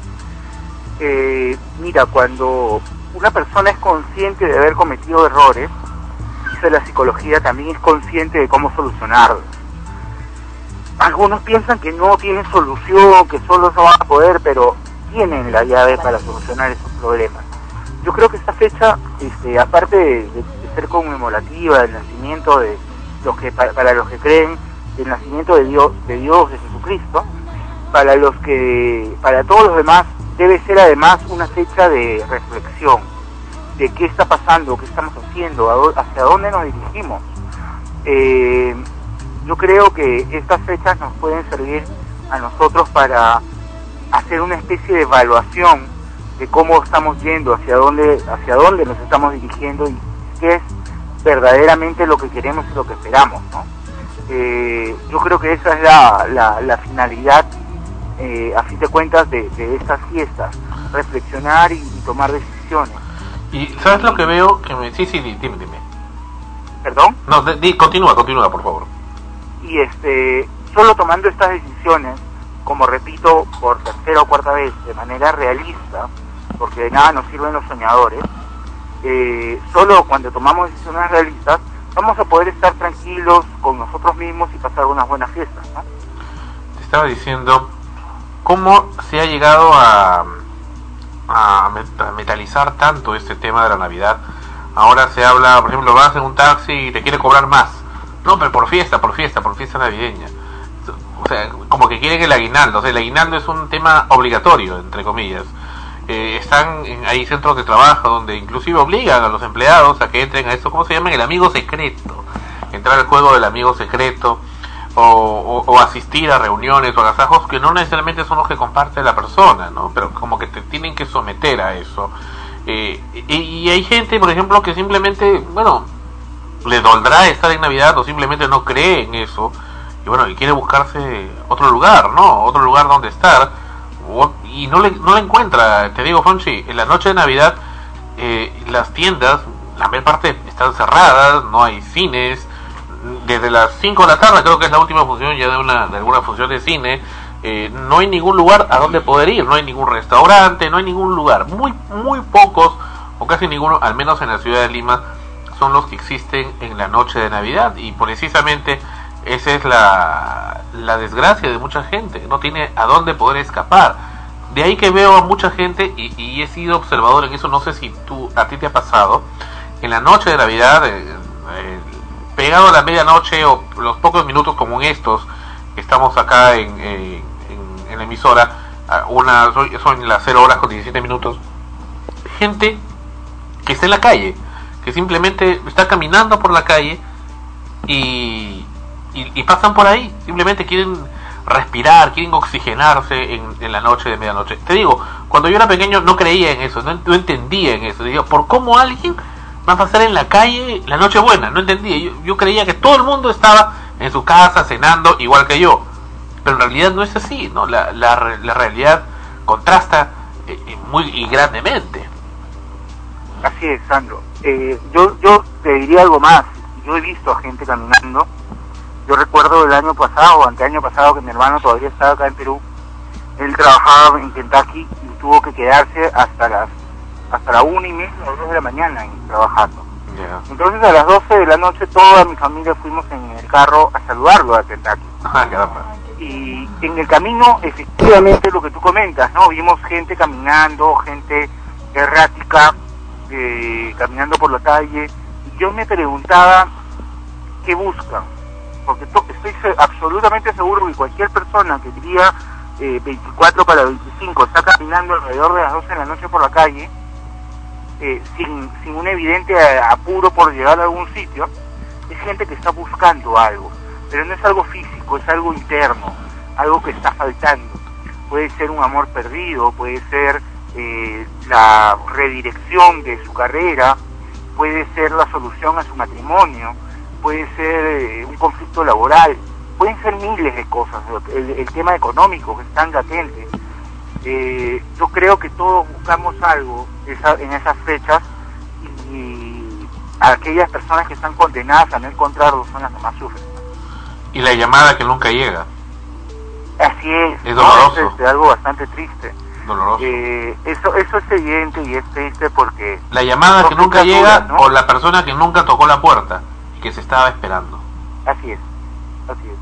Eh, mira, cuando una persona es consciente de haber cometido errores, dice la psicología, también es consciente de cómo solucionarlos. Algunos piensan que no tienen solución, que solo se van a poder, pero tienen la llave para solucionar esos problemas. Yo creo que esta fecha, este, aparte de, de, de ser conmemorativa del nacimiento de los que para, para los que creen el nacimiento de Dios, de Dios, de Jesucristo, para los que, para todos los demás, debe ser además una fecha de reflexión de qué está pasando, qué estamos haciendo, hacia dónde nos dirigimos. Eh, yo creo que estas fechas nos pueden servir a nosotros para hacer una especie de evaluación de cómo estamos yendo, hacia dónde, hacia dónde nos estamos dirigiendo y qué es verdaderamente lo que queremos y lo que esperamos, ¿no? Eh, yo creo que esa es la, la, la finalidad, eh, a fin de cuentas, de, de estas fiestas, reflexionar y, y tomar decisiones. ¿Y sabes lo que veo? Que me... Sí, sí, dime, dime. ¿Perdón? No, de, de, continúa, continúa, por favor. Y este, solo tomando estas decisiones, como repito por tercera o cuarta vez, de manera realista, porque de nada nos sirven los soñadores, eh, solo cuando tomamos decisiones realistas vamos a poder estar tranquilos con nosotros mismos y pasar unas buenas fiestas, ¿no? Te estaba diciendo cómo se ha llegado a, a metalizar tanto este tema de la Navidad. Ahora se habla, por ejemplo, vas en un taxi y te quiere cobrar más. No, pero por fiesta, por fiesta, por fiesta navideña. O sea, como que quieren el aguinaldo. O sea, el aguinaldo es un tema obligatorio, entre comillas. Eh, están en, hay centros de trabajo donde inclusive obligan a los empleados a que entren a eso, ¿cómo se llama? El amigo secreto. Entrar al juego del amigo secreto. O, o, o asistir a reuniones o agasajos que no necesariamente son los que comparte la persona, ¿no? Pero como que te tienen que someter a eso. Eh, y, y hay gente, por ejemplo, que simplemente, bueno, le doldrá estar en Navidad o simplemente no cree en eso y bueno, y quiere buscarse otro lugar, ¿no? Otro lugar donde estar o, y no le, no le encuentra. Te digo, Fonchi, en la noche de Navidad eh, las tiendas, la mayor parte están cerradas, no hay cines. Desde las cinco de la tarde, creo que es la última función ya de una de alguna función de cine, eh, no hay ningún lugar a donde poder ir, no hay ningún restaurante, no hay ningún lugar, muy muy pocos o casi ninguno, al menos en la ciudad de Lima, son los que existen en la noche de Navidad, y precisamente esa es la, la desgracia de mucha gente, no tiene a dónde poder escapar. De ahí que veo a mucha gente, y, y he sido observador en eso, no sé si tú a ti te ha pasado, en la noche de Navidad, eh, eh, pegado a la medianoche o los pocos minutos como en estos que estamos acá en, eh, en, en la emisora, una, son las cero horas con diecisiete minutos, gente que está en la calle, que simplemente está caminando por la calle y, y, y pasan por ahí, simplemente quieren respirar, quieren oxigenarse en, en la noche de medianoche. Te digo, cuando yo era pequeño no creía en eso, no, no entendía en eso, digo, ¿por cómo alguien va a pasar en la calle la noche buena? No entendía, yo, yo creía que todo el mundo estaba en su casa cenando igual que yo, pero en realidad no es así, ¿no? La, la, la realidad contrasta eh, muy y grandemente. Así es, Sandro. Eh, yo, yo te diría algo más. Yo he visto a gente caminando. Yo recuerdo el año pasado, o anteaño pasado, que mi hermano todavía estaba acá en Perú. Él trabajaba en Kentucky y tuvo que quedarse hasta las hasta la una y media o dos de la mañana trabajando. Yeah. Entonces a las doce de la noche toda mi familia fuimos en el carro a saludarlo a Kentucky. Y en el camino, efectivamente, lo que tú comentas, ¿no? Vimos gente caminando, gente errática, eh, caminando por la calle. Y yo me preguntaba, ¿qué buscan? Porque to- estoy se- absolutamente seguro que cualquier persona que diría eh, veinticuatro para veinticinco está caminando alrededor de las doce de la noche por la calle, eh, sin, sin un evidente apuro por llegar a algún sitio, es gente que está buscando algo. Pero no es algo físico, es algo interno, algo que está faltando. Puede ser un amor perdido, puede ser eh, la redirección de su carrera, puede ser la solución a su matrimonio, puede ser eh, un conflicto laboral, pueden ser miles de cosas. El, el tema económico que es tan latente. Eh, yo creo que todos buscamos algo esa, en esas fechas, y, y aquellas personas que están condenadas a no encontrarlo son las que más sufren. Y la llamada que nunca llega. Así es, es doloroso. ¿no? Es este, algo bastante triste. Doloroso. Eh, eso, eso es evidente y es triste porque... La llamada que nunca llega, ¿no? O la persona que nunca tocó la puerta y que se estaba esperando. Así es, así es.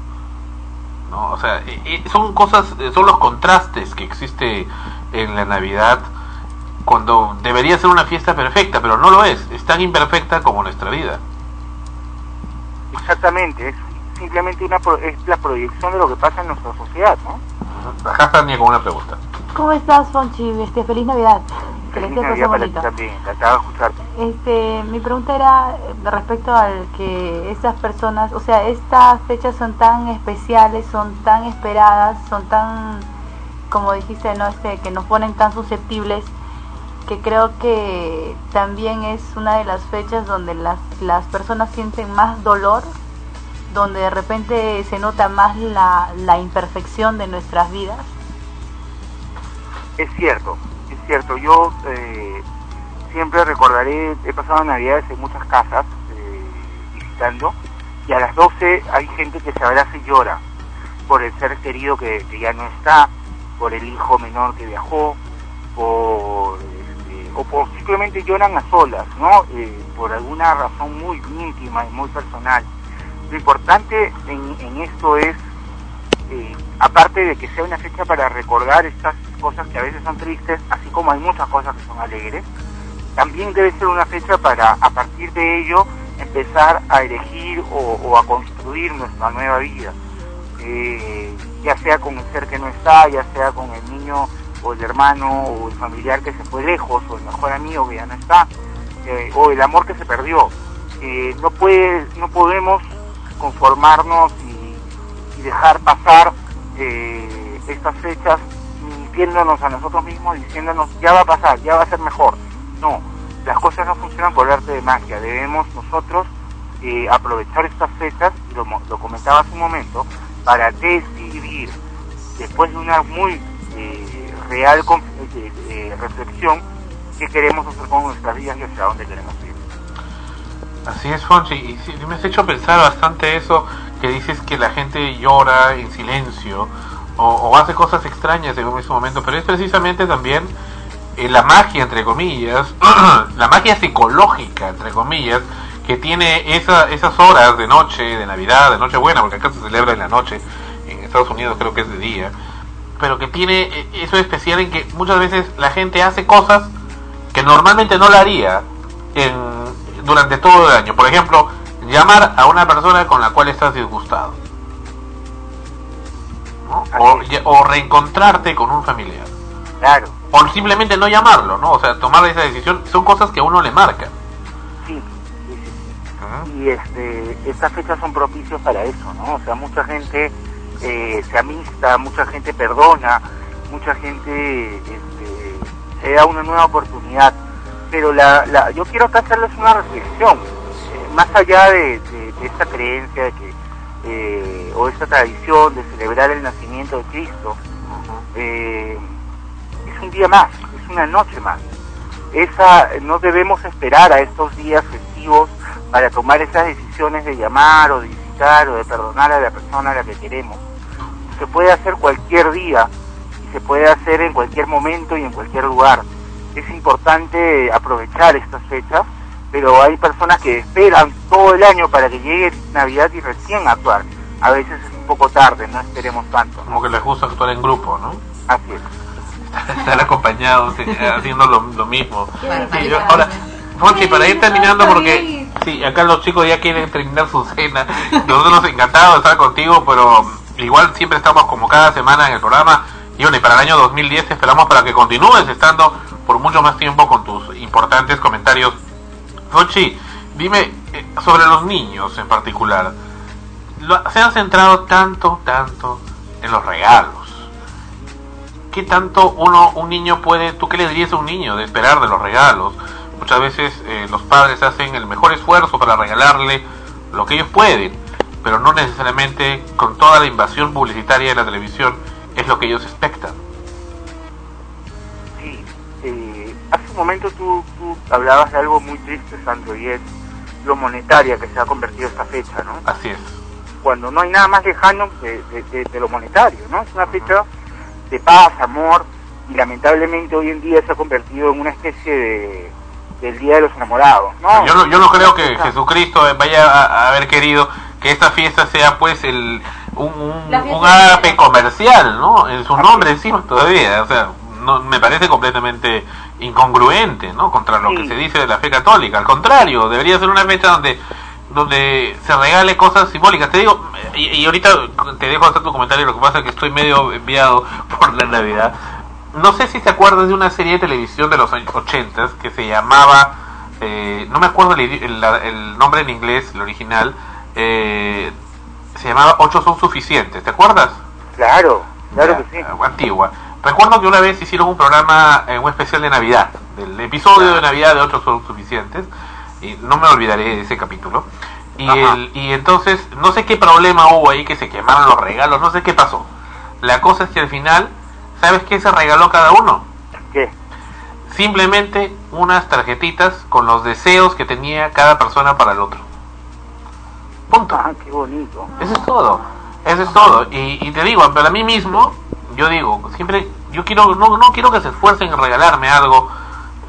No, o sea, eh, son cosas, son los contrastes que existe en la Navidad, cuando debería ser una fiesta perfecta, pero no lo es, es tan imperfecta como nuestra vida. Exactamente, es simplemente una pro- es la proyección de lo que pasa en nuestra sociedad, ¿no? Acá está Tania con una pregunta. ¿Cómo estás, Fonchi? Este, feliz Navidad. Feliz Excelente Navidad para ti bonito. también, encantado de escucharte. Este, mi pregunta era eh, respecto al que estas personas, o sea, estas fechas son tan especiales, son tan esperadas, son tan, como dijiste, no, este, que nos ponen tan susceptibles, que creo que también es una de las fechas donde las las personas sienten más dolor, donde de repente se nota más la, la imperfección de nuestras vidas. Es cierto, es cierto. Yo eh, siempre recordaré, he pasado Navidades en muchas casas eh, visitando, y a las doce hay gente que se abraza y llora por el ser querido que, que ya no está, por el hijo menor que viajó, por este, o por simplemente lloran a solas, ¿no? Eh, por alguna razón muy íntima y muy personal. Lo importante en, en esto es, eh, aparte de que sea una fecha para recordar estas cosas que a veces son tristes, así como hay muchas cosas que son alegres, también debe ser una fecha para, a partir de ello, empezar a elegir o, o a construir nuestra nueva vida. Eh, ya sea con el ser que no está, ya sea con el niño o el hermano o el familiar que se fue lejos, o el mejor amigo que ya no está, eh, o el amor que se perdió. Eh, no puede, no podemos conformarnos y, y dejar pasar eh, estas fechas mintiéndonos a nosotros mismos, diciéndonos ya va a pasar, ya va a ser mejor. No, las cosas no funcionan por arte de magia. Debemos nosotros eh, aprovechar estas fechas, lo, lo comentaba hace un momento, para decidir, después de una muy eh, real eh, eh, reflexión, qué queremos hacer con nuestras vidas y hacia dónde queremos ir. Así es, Fonchi, y sí, me has hecho pensar bastante eso que dices, que la gente llora en silencio o, o hace cosas extrañas en ese momento, pero es precisamente también eh, la magia, entre comillas, la magia psicológica, entre comillas, que tiene esa, esas horas de noche, de Navidad, de Nochebuena, porque acá se celebra en la noche, en Estados Unidos creo que es de día, pero que tiene eso especial en que muchas veces la gente hace cosas que normalmente no la haría en, durante todo el año. Por ejemplo, llamar a una persona con la cual estás disgustado, ¿no? o, o reencontrarte con un familiar. Claro. O simplemente no llamarlo, ¿no? O sea, tomar esa decisión, son cosas que a uno le marcan. Sí. Y este, estas fechas son propicios para eso, ¿no? O sea, mucha gente eh, se amista, mucha gente perdona, mucha gente este, se da una nueva oportunidad. Pero la, la, yo quiero acá hacerles una reflexión, eh, más allá de, de, de esta creencia de que, eh, o esta tradición de celebrar el nacimiento de Cristo. eh, es un día más, es una noche más. Esa, no debemos esperar a estos días festivos para tomar esas decisiones de llamar o de visitar o de perdonar a la persona a la que queremos. Se puede hacer cualquier día y se puede hacer en cualquier momento y en cualquier lugar. Es importante aprovechar estas fechas, pero hay personas que esperan todo el año para que llegue Navidad y recién actuar. A veces es un poco tarde, no esperemos tanto, ¿no? Como que les gusta actuar en grupo, ¿no? Así es. Estar acompañados, haciendo lo, lo mismo. Sí, yo, ahora, Fonchi, para ir terminando, porque sí, acá los chicos ya quieren terminar su cena. Nosotros encantados de estar contigo, pero igual siempre estamos como cada semana en el programa. Y bueno, y para el año dos mil diez esperamos para que continúes estando por mucho más tiempo con tus importantes comentarios. Fonchi, dime eh, sobre los niños en particular. Lo, se han centrado tanto, tanto en los regalos. ¿Qué tanto uno, un niño puede, tú qué le dirías a un niño de esperar de los regalos? Muchas veces eh, los padres hacen el mejor esfuerzo para regalarle lo que ellos pueden, pero no necesariamente con toda la invasión publicitaria de la televisión es lo que ellos expectan. Sí, eh, hace un momento tú, tú hablabas de algo muy triste, Sandro, y es lo monetaria que se ha convertido esta fecha, ¿no? Así es. Cuando no hay nada más lejano de, de, de, de lo monetario, ¿no? Es una fecha de paz, amor, y lamentablemente hoy en día se ha convertido en una especie de del Día de los Enamorados, ¿no? Yo no, yo no creo que Jesucristo vaya a, a haber querido que esta fiesta sea pues el un, un, un ágape comercial, ¿no? En su nombre encima todavía, o sea, no, me parece completamente incongruente, ¿no? Contra lo sí. que se dice de la fe católica. Al contrario, debería ser una fecha donde donde se regale cosas simbólicas. Te digo, y, y ahorita te dejo hacer tu comentario, lo que pasa es que estoy medio enviado por la Navidad. No sé si te acuerdas de una serie de televisión de los años ochenta que se llamaba, eh, no me acuerdo el, el, el nombre en inglés, el original, eh, se llamaba Ocho son suficientes, ¿te acuerdas? Claro, claro ya, que sí. Antigua. Recuerdo que una vez hicieron un programa, eh, un especial de Navidad, del episodio de Navidad de Ocho son suficientes, y no me olvidaré de ese capítulo. Y, el, y entonces, no sé qué problema hubo ahí, que se quemaron los regalos, no sé qué pasó. La cosa es que al final, ¿sabes qué se regaló cada uno? ¿Qué? Simplemente unas tarjetitas con los deseos que tenía cada persona para el otro. Punto. Ah, qué bonito. Eso es todo. Eso es todo. Y, y te digo, para mí mismo, yo digo, siempre, yo quiero, no, no quiero que se esfuercen en regalarme algo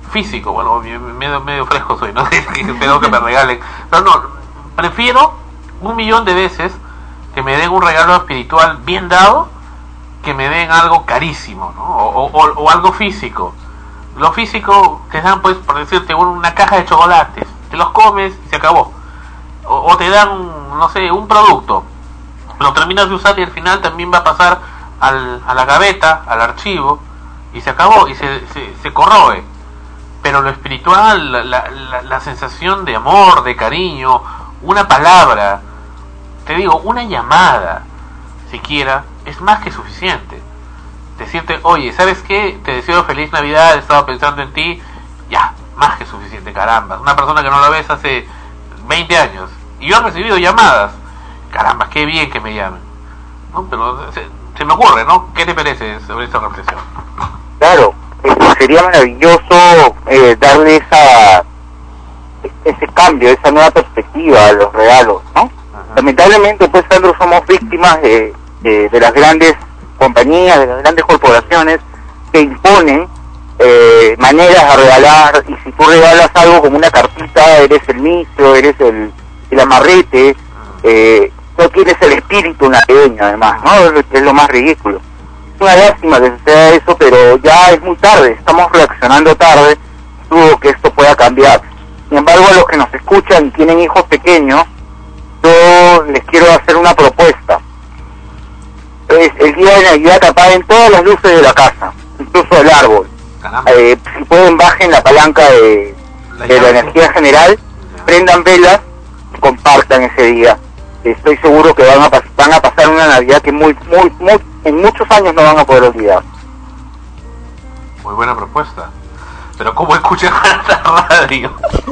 físico. Bueno, medio, medio fresco soy, ¿no? Tengo que me regalen. Pero no, prefiero un millón de veces que me den un regalo espiritual bien dado que me den algo carísimo, ¿no? O, o, o algo físico. Lo físico te dan, pues, por decirte, una caja de chocolates, te los comes y se acabó. O, o te dan, no sé, un producto, lo terminas de usar y al final también va a pasar al, a la gaveta, al archivo, y se acabó, y se, se, se corroe. Pero lo espiritual, la, la, la sensación de amor, de cariño, una palabra, te digo, una llamada, siquiera, es más que suficiente. Decirte, oye, ¿sabes qué? Te deseo feliz Navidad, he estado pensando en ti, ya, más que suficiente, caramba. Una persona que no la ves hace veinte años, y yo he recibido llamadas, caramba, qué bien que me llamen, ¿no? Pero se, se me ocurre, ¿no? ¿Qué te parece sobre esta reflexión? Claro, eh, sería maravilloso eh, darle esa ese cambio, esa nueva perspectiva a los regalos, ¿no? Ajá. Lamentablemente, pues, Sandro, somos víctimas de, de, de las grandes compañías, de las grandes corporaciones que imponen eh, maneras de regalar, y si tú regalas algo como una cartita, eres el mistro, eres el, el amarrete, eh, no tienes el espíritu navideño, además, ¿no? Es lo más ridículo. Es una lástima que suceda eso, pero ya es muy tarde, estamos reaccionando tarde, dudo que esto pueda cambiar. Sin embargo, a los que nos escuchan y tienen hijos pequeños, yo les quiero hacer una propuesta. Es el día de Navidad que apaguen todas las luces de la casa, incluso el árbol. Eh, si pueden, bajen la palanca de, de la energía general, prendan velas y compartan ese día. Estoy seguro que van a, pas van a pasar una Navidad que muy, muy, muy, en muchos años no van a poder olvidar. Muy buena propuesta. Pero ¿cómo escuchan la radio?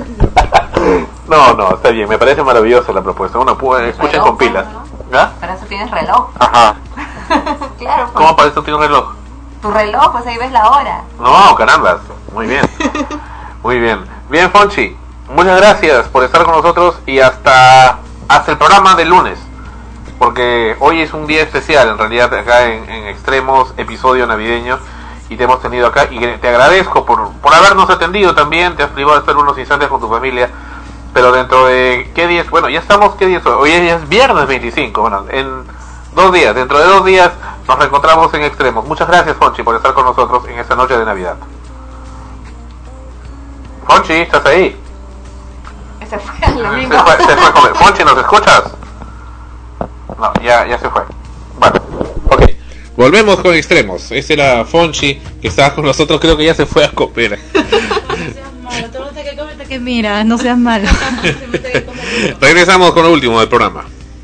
No, no, está bien, me parece maravillosa la propuesta. Uno puede escuchar con pilas. ¿Ah? Para eso tienes reloj. Ajá. Claro, pues. ¿Cómo para eso tiene un reloj? Tu reloj, pues ahí ves la hora. No, carambas. Muy bien. Muy bien. Bien, Fonchi. Muchas gracias por estar con nosotros y hasta hasta el programa del lunes. Porque hoy es un día especial, en realidad, acá en, en Extremos, episodio navideño. Y te hemos tenido acá y te agradezco por, por habernos atendido también. Te has privado de estar unos instantes con tu familia. Pero dentro de, ¿qué días? Bueno, ya estamos, ¿qué día es hoy? Hoy es viernes veinticinco. Bueno, en dos días, dentro de dos días nos reencontramos en Extremos. Muchas gracias, Fonchi, por estar con nosotros en esta noche de Navidad. Fonchi, ¿estás ahí? Se fue al domingo. Se fue, se fue a comer. Fonchi, ¿nos escuchas? No, ya, ya se fue. Bueno, ok. Volvemos con Extremos. Ese era Fonchi, que estaba con nosotros, creo que ya se fue a comer. Que mira, no seas malo. Regresamos con lo último del programa.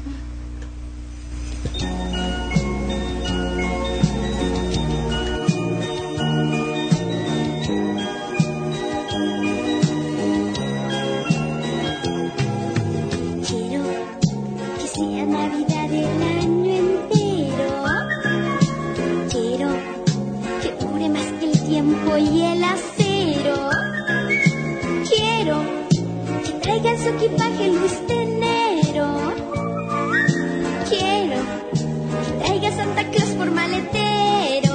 Quiero que sea Navidad el año entero. Quiero que dure más que el tiempo y el acero. Quiero que traigan su equipaje luz de enero. Quiero que traiga Santa Cruz por maletero.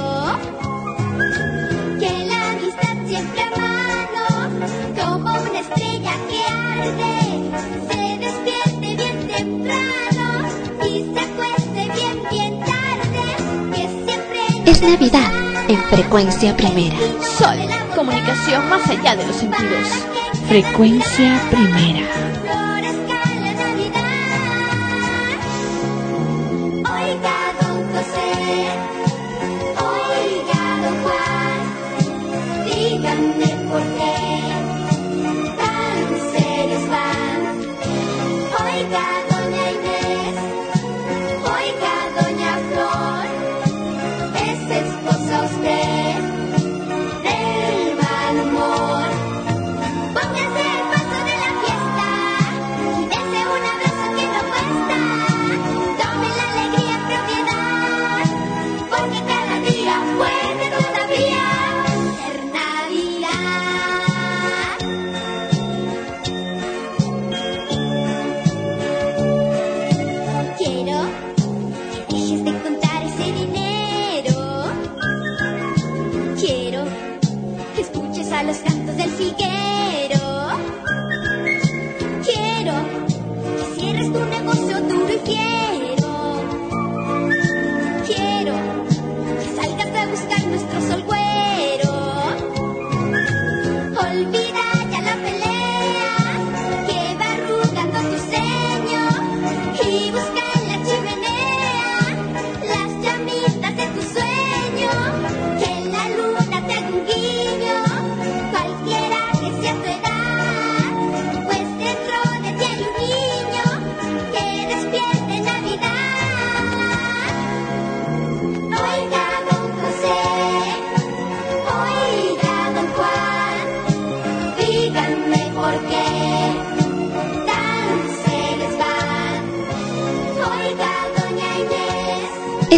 Que la amistad siempre a mano, como una estrella que arde, se despierte bien temprano y se acueste bien, bien tarde. Que siempre es Navidad en Frecuencia Primera. Sol, comunicación más allá de los sentidos. Frecuencia Primera. Oiga, don José, oiga, don Juan, díganme por qué tan serios van. Oiga, doña Inés, oiga, doña Flor, es esposa usted del mal humor. Póngase el paso de la fiesta.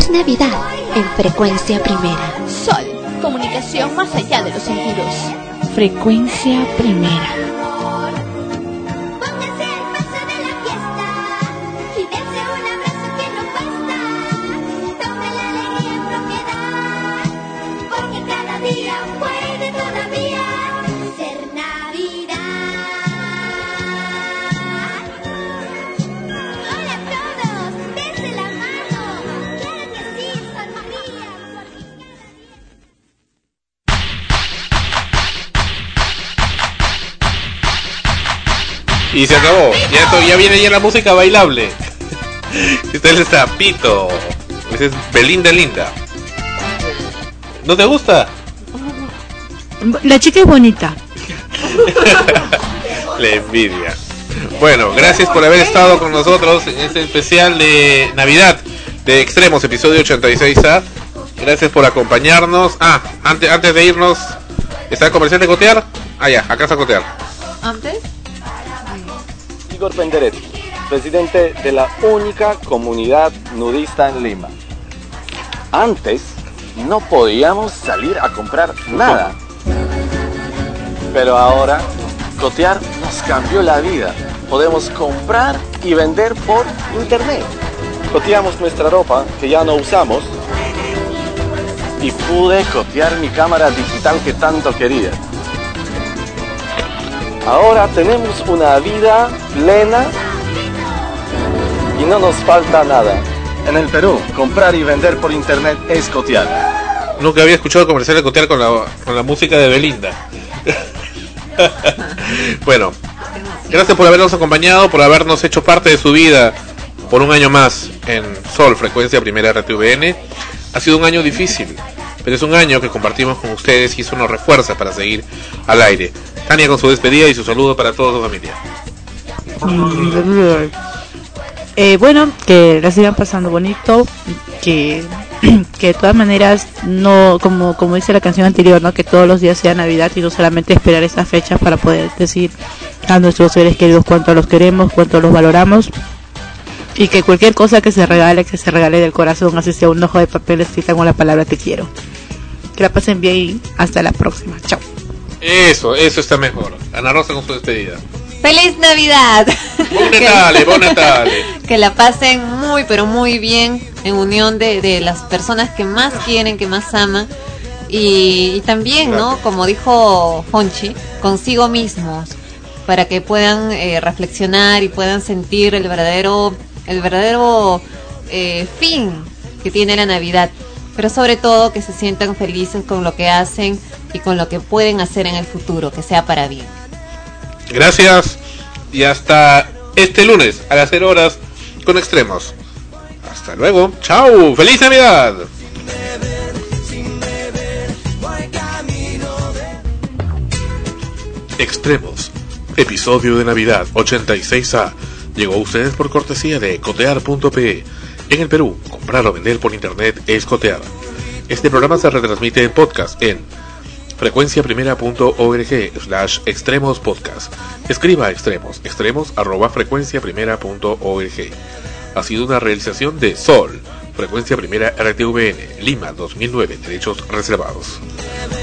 Feliz Navidad en Frecuencia Primera. Sol, comunicación más allá de los sentidos. Frecuencia Primera. Y se acabó. Ya, esto, ya viene ya la música bailable. Este es Zapito. Ese es Belinda Linda. ¿No te gusta? La chica es bonita. La envidia. Bueno, gracias por haber estado con nosotros en este especial de Navidad de Extremos, episodio ochenta y seis A. Gracias por acompañarnos. Ah, antes, antes de irnos, ¿está el comercial de Cotear? Ah, ya, acá está Cotear. ¿Antes? Igor Penderecki, presidente de la única comunidad nudista en Lima. Antes no podíamos salir a comprar nada, pero ahora Cotear nos cambió la vida. Podemos comprar y vender por internet. Coteamos nuestra ropa que ya no usamos y pude cotear mi cámara digital que tanto quería. Ahora tenemos una vida plena y no nos falta nada. En el Perú, comprar y vender por internet es cotear. Nunca había escuchado comercial de Cotear con la, con la música de Belinda. Bueno, gracias por habernos acompañado, por habernos hecho parte de su vida por un año más en Sol, Frecuencia Primera R T V N. Ha sido un año difícil, pero es un año que compartimos con ustedes y eso nos refuerza para seguir al aire. Tania con su despedida y su saludo para toda su familia. Eh, bueno, que la sigan pasando bonito, que, que de todas maneras, no como como dice la canción anterior, no que todos los días sea Navidad y no solamente esperar esas fechas para poder decir a nuestros seres queridos cuánto los queremos, cuánto los valoramos, y que cualquier cosa que se regale, que se regale del corazón, así sea un ojo de papel escrita con la palabra te quiero. Que la pasen bien y hasta la próxima. Chao. Eso, eso está mejor. Ana Rosa con su despedida. ¡Feliz Navidad! ¡Buen Natale, buen Natale! Que la pasen muy, pero muy bien en unión de, de las personas que más quieren, que más aman. Y, y también, ¿no? Como dijo Fonchi, consigo mismos, para que puedan eh, reflexionar y puedan sentir el verdadero, el verdadero eh, fin que tiene la Navidad. Pero sobre todo que se sientan felices con lo que hacen y con lo que pueden hacer en el futuro, que sea para bien. Gracias y hasta este lunes a las cero horas con Extremos. Hasta luego, chao, feliz Navidad. Extremos, episodio de Navidad ochenta y seis A, llegó a ustedes por cortesía de cotear punto pe. En el Perú, comprar o vender por internet es cotear. Este programa se retransmite en podcast en frecuenciaprimera.org slash extremos podcast. Escriba a extremos, extremos arroba frecuenciaprimera.org. Ha sido una realización de Sol, Frecuencia Primera R T V N, Lima dos mil nueve, derechos reservados.